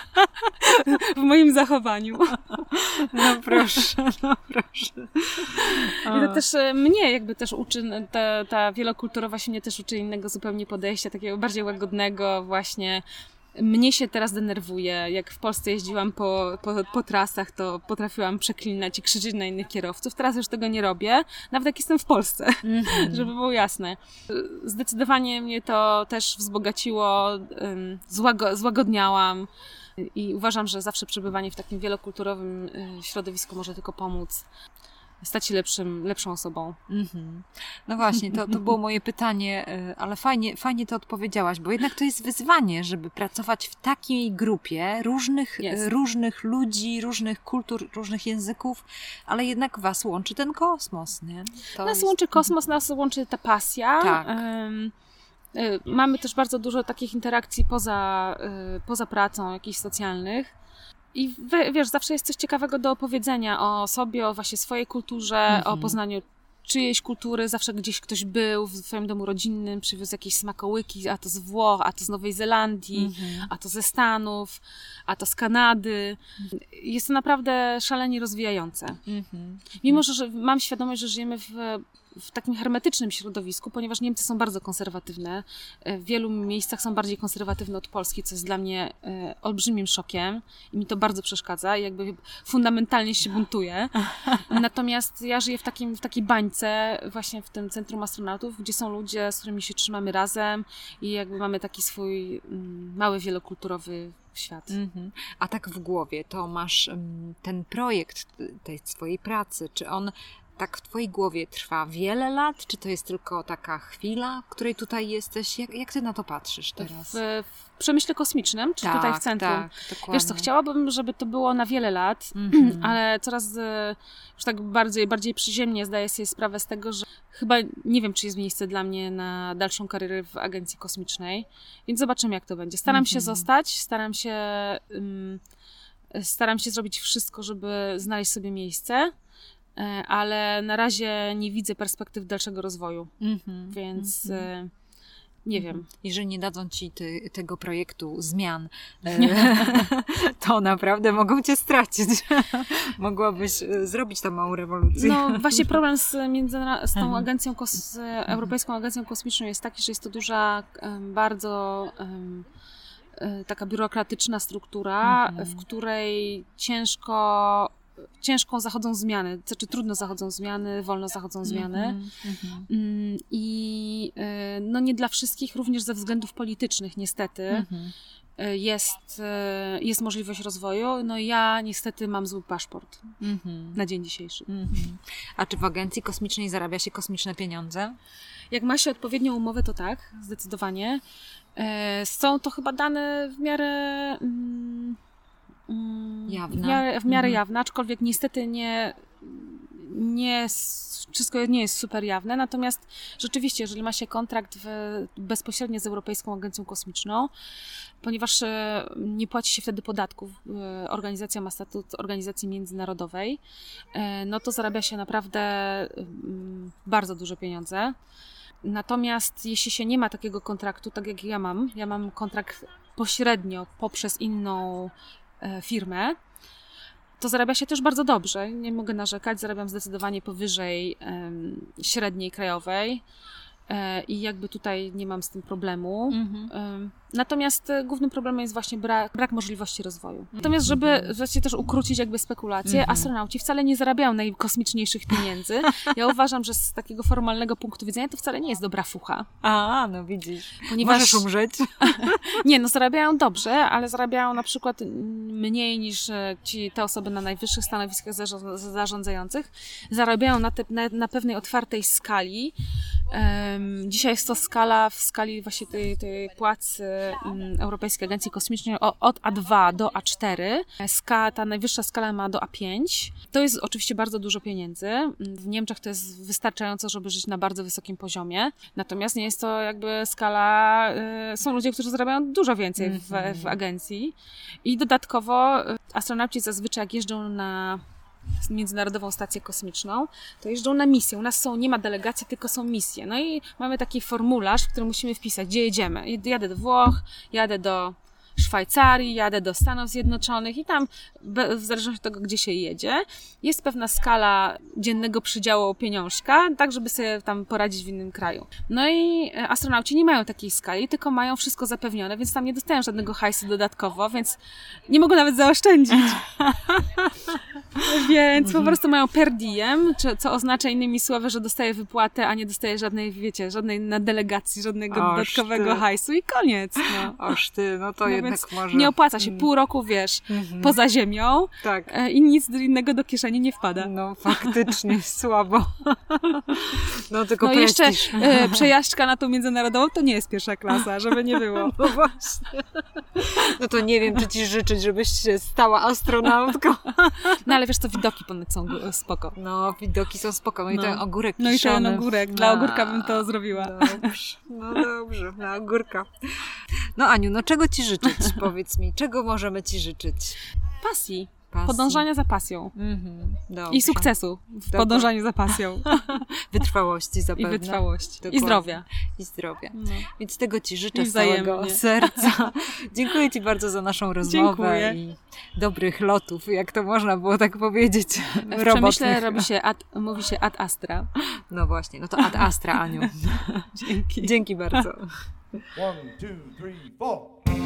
B: w moim zachowaniu.
A: No proszę, no proszę.
B: I to też mnie jakby też uczy, ta, ta wielokulturowość mnie też uczy innego zupełnie podejścia, takiego bardziej łagodnego właśnie. Mnie się teraz denerwuje. Jak w Polsce jeździłam po, po, po trasach, to potrafiłam przeklinać i krzyczeć na innych kierowców. Teraz już tego nie robię, nawet jak jestem w Polsce, mm-hmm. żeby było jasne. Zdecydowanie mnie to też wzbogaciło, złago, złagodniałam i uważam, że zawsze przebywanie w takim wielokulturowym środowisku może tylko pomóc stać się lepszym, lepszą osobą. Mm-hmm.
A: No właśnie, to, to było moje pytanie, ale fajnie, fajnie to odpowiedziałaś, bo jednak to jest wyzwanie, żeby pracować w takiej grupie różnych, różnych ludzi, różnych kultur, różnych języków, ale jednak was łączy ten kosmos, nie? To
B: nas
A: jest...
B: łączy kosmos, nas łączy ta pasja.
A: Tak.
B: Um, mamy też bardzo dużo takich interakcji poza, poza pracą, jakichś socjalnych. I wiesz, zawsze jest coś ciekawego do opowiedzenia o sobie, o właśnie swojej kulturze, mhm. o poznaniu czyjejś kultury. Zawsze gdzieś ktoś był w swoim domu rodzinnym, przywiózł jakieś smakołyki, a to z Włoch, a to z Nowej Zelandii, mhm. a to ze Stanów, a to z Kanady. Jest to naprawdę szalenie rozwijające. Mhm. Mimo, że mam świadomość, że żyjemy w w takim hermetycznym środowisku, ponieważ Niemcy są bardzo konserwatywne. W wielu miejscach są bardziej konserwatywne od Polski, co jest dla mnie e, olbrzymim szokiem i mi to bardzo przeszkadza i jakby fundamentalnie się buntuje. Natomiast ja żyję w, takim, w takiej bańce, właśnie w tym Centrum Astronautów, gdzie są ludzie, z którymi się trzymamy razem i jakby mamy taki swój mm, mały, wielokulturowy świat.
A: Mhm. A tak w głowie, to masz um, ten projekt tej swojej pracy, czy on tak w twojej głowie trwa wiele lat, czy to jest tylko taka chwila, w której tutaj jesteś? Jak, jak ty na to patrzysz teraz?
B: W, w przemyśle kosmicznym, czy
A: tak,
B: tutaj w centrum?
A: Tak, dokładnie.
B: Wiesz co, chciałabym, żeby to było na wiele lat,
A: Mhm.
B: ale coraz już tak bardziej, bardziej przyziemnie zdaję sobie sprawę z tego, że chyba nie wiem, czy jest miejsce dla mnie na dalszą karierę w agencji kosmicznej, więc zobaczymy, jak to będzie. Staram się
A: Mhm.
B: zostać, staram się, um, staram się zrobić wszystko, żeby znaleźć sobie miejsce, ale na razie nie widzę perspektyw dalszego rozwoju,
A: Mhm.
B: więc
A: Mhm.
B: nie wiem.
A: Jeżeli nie dadzą ci ty, tego projektu zmian, to naprawdę mogą cię stracić. Mogłabyś zrobić tam małą rewolucję.
B: No właśnie problem z, międzyna- z tą agencją, kos- z Europejską Agencją Kosmiczną jest taki, że jest to duża, bardzo um, taka biurokratyczna struktura,
A: Mhm.
B: w której ciężko ciężko zachodzą zmiany, znaczy trudno zachodzą zmiany, wolno zachodzą zmiany.
A: Mhm.
B: Mm, I no nie dla wszystkich, również ze względów politycznych niestety,
A: Mhm.
B: jest, jest możliwość rozwoju. No ja niestety mam zły paszport
A: Mhm.
B: na dzień dzisiejszy.
A: Mhm. A czy w agencji kosmicznej zarabia się kosmiczne pieniądze?
B: Jak ma się odpowiednią umowę, to tak, zdecydowanie. Są to chyba dane w miarę... Mm,
A: Jawne.
B: W miarę, w miarę
A: Mhm.
B: jawne, aczkolwiek niestety nie, nie, wszystko nie jest super jawne, natomiast rzeczywiście, jeżeli ma się kontrakt w, bezpośrednio z Europejską Agencją Kosmiczną, ponieważ nie płaci się wtedy podatków, organizacja ma statut organizacji międzynarodowej, no to zarabia się naprawdę bardzo duże pieniądze. Natomiast jeśli się nie ma takiego kontraktu, tak jak ja mam, ja mam kontrakt pośrednio poprzez inną firmę, to zarabia się też bardzo dobrze. Nie mogę narzekać, zarabiam zdecydowanie powyżej um, średniej krajowej e, i jakby tutaj nie mam z tym problemu.
A: Mhm.
B: Um, natomiast e, głównym problemem jest właśnie brak, brak możliwości rozwoju. Natomiast żeby właśnie też ukrócić jakby spekulacje,
A: Mhm.
B: astronauci wcale nie zarabiają najkosmiczniejszych pieniędzy. Ja uważam, że z takiego formalnego punktu widzenia to wcale nie jest dobra fucha.
A: A, no widzisz.
B: Ponieważ...
A: Możesz umrzeć.
B: Nie, no zarabiają dobrze, ale zarabiają na przykład mniej niż ci, te osoby na najwyższych stanowiskach zarząd, zarządzających. Zarabiają na, te, na, na pewnej otwartej skali. Um, dzisiaj jest to skala w skali właśnie tej, tej płacy um, Europejskiej Agencji Kosmicznej o, od A dwa do A cztery. Ska, ta najwyższa skala ma do A pięć. To jest oczywiście bardzo dużo pieniędzy. W Niemczech to jest wystarczająco, żeby żyć na bardzo wysokim poziomie. Natomiast nie jest to jakby skala... Y, są ludzie, którzy zarabiają dużo więcej w, w agencji. I dodatkowo y, astronauci zazwyczaj jak jeżdżą na Międzynarodową Stację Kosmiczną, to jeżdżą na misję. U nas są, nie ma delegacji, tylko są misje. No i mamy taki formularz, w którym musimy wpisać, gdzie jedziemy. Jadę do Włoch, jadę do Szwajcarii, jadę do Stanów Zjednoczonych i tam, w zależności od tego, gdzie się jedzie, jest pewna skala dziennego przydziału pieniążka, tak żeby sobie tam poradzić w innym kraju. No i astronauci nie mają takiej skali, tylko mają wszystko zapewnione, więc tam nie dostają żadnego hajsu dodatkowo, więc nie mogą nawet zaoszczędzić. Więc po prostu mają per diem, co oznacza innymi słowy, że dostaje wypłatę, a nie dostaje żadnej, wiecie, żadnej na delegacji, żadnego
A: Oż
B: dodatkowego
A: ty.
B: hajsu i koniec. No.
A: Oż ty, no to
B: No
A: jednak
B: więc
A: może...
B: nie opłaca się pół roku, wiesz,
A: Mhm.
B: poza ziemią
A: Tak.
B: e, i nic innego do kieszeni nie wpada.
A: No faktycznie słabo. No tylko
B: No i jeszcze
A: prestiż.
B: e, przejażdżka na tą międzynarodową to nie jest pierwsza klasa, żeby nie było.
A: No właśnie. No to nie wiem, czy ci życzyć, żebyś się stała astronautką.
B: No ale wiesz co, widoki ponoć są gu- spoko.
A: No, widoki są spoko. No, i
B: No.
A: ten ogórek
B: No i ten
A: kiszony.
B: ogórek, dla ogórka bym to zrobiła.
A: Dobrze, no dobrze, na ogórka. No Aniu, no czego ci życzyć? Powiedz mi, czego możemy ci życzyć?
B: Pasji.
A: Pasji.
B: Podążania za pasją.
A: Mhm, dobrze.
B: I sukcesu w
A: Dobra.
B: podążaniu za pasją.
A: Wytrwałości zapewne.
B: I wytrwałości.
A: Dokładnie.
B: I zdrowia.
A: I zdrowia.
B: No.
A: Więc tego Ci życzę
B: I
A: z całego
B: wzajemnie.
A: serca. Dziękuję Ci bardzo za naszą rozmowę
B: Dziękuję.
A: i dobrych lotów, jak to można było tak powiedzieć.
B: W przemyśle robi się ad, mówi się ad astra.
A: No właśnie, no to ad astra, Aniu.
B: Dzięki.
A: Dzięki bardzo.
C: One, two, three, four.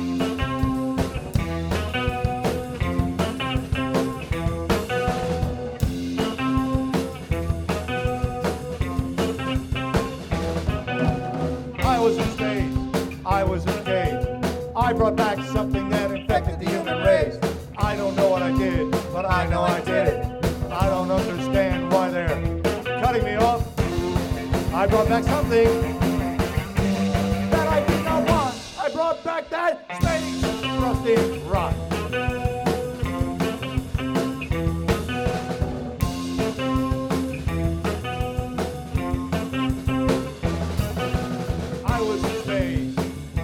C: I was in space, I was in cage. I brought back something that infected the human race. I don't know what I did, but I know I did it. I don't understand why they're cutting me off. I brought back something that I did not want. I brought back that space rusting rock. I was in space.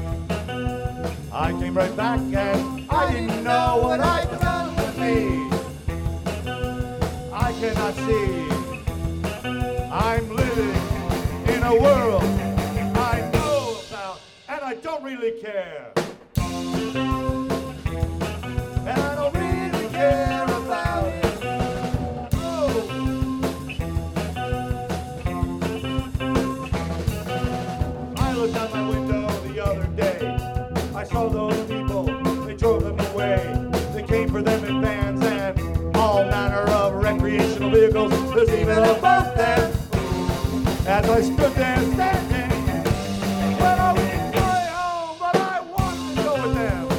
C: I came right back and I didn't know what I'd done with me. I cannot see. I'm living in a world I know about and I don't really care. And I don't really care about it. Oh. I looked out my window the other day. I saw those people, they drove them away. They came for them in vans and all manner of recreational vehicles. There's even a boat there. As I stood there standing, when I was going home, but I wanted to go with them.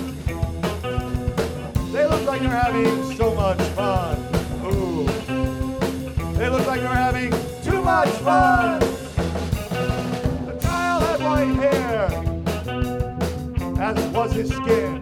C: They look like they're having so much fun. Ooh. They look like they're having too much fun. The child had white hair, as was his skin.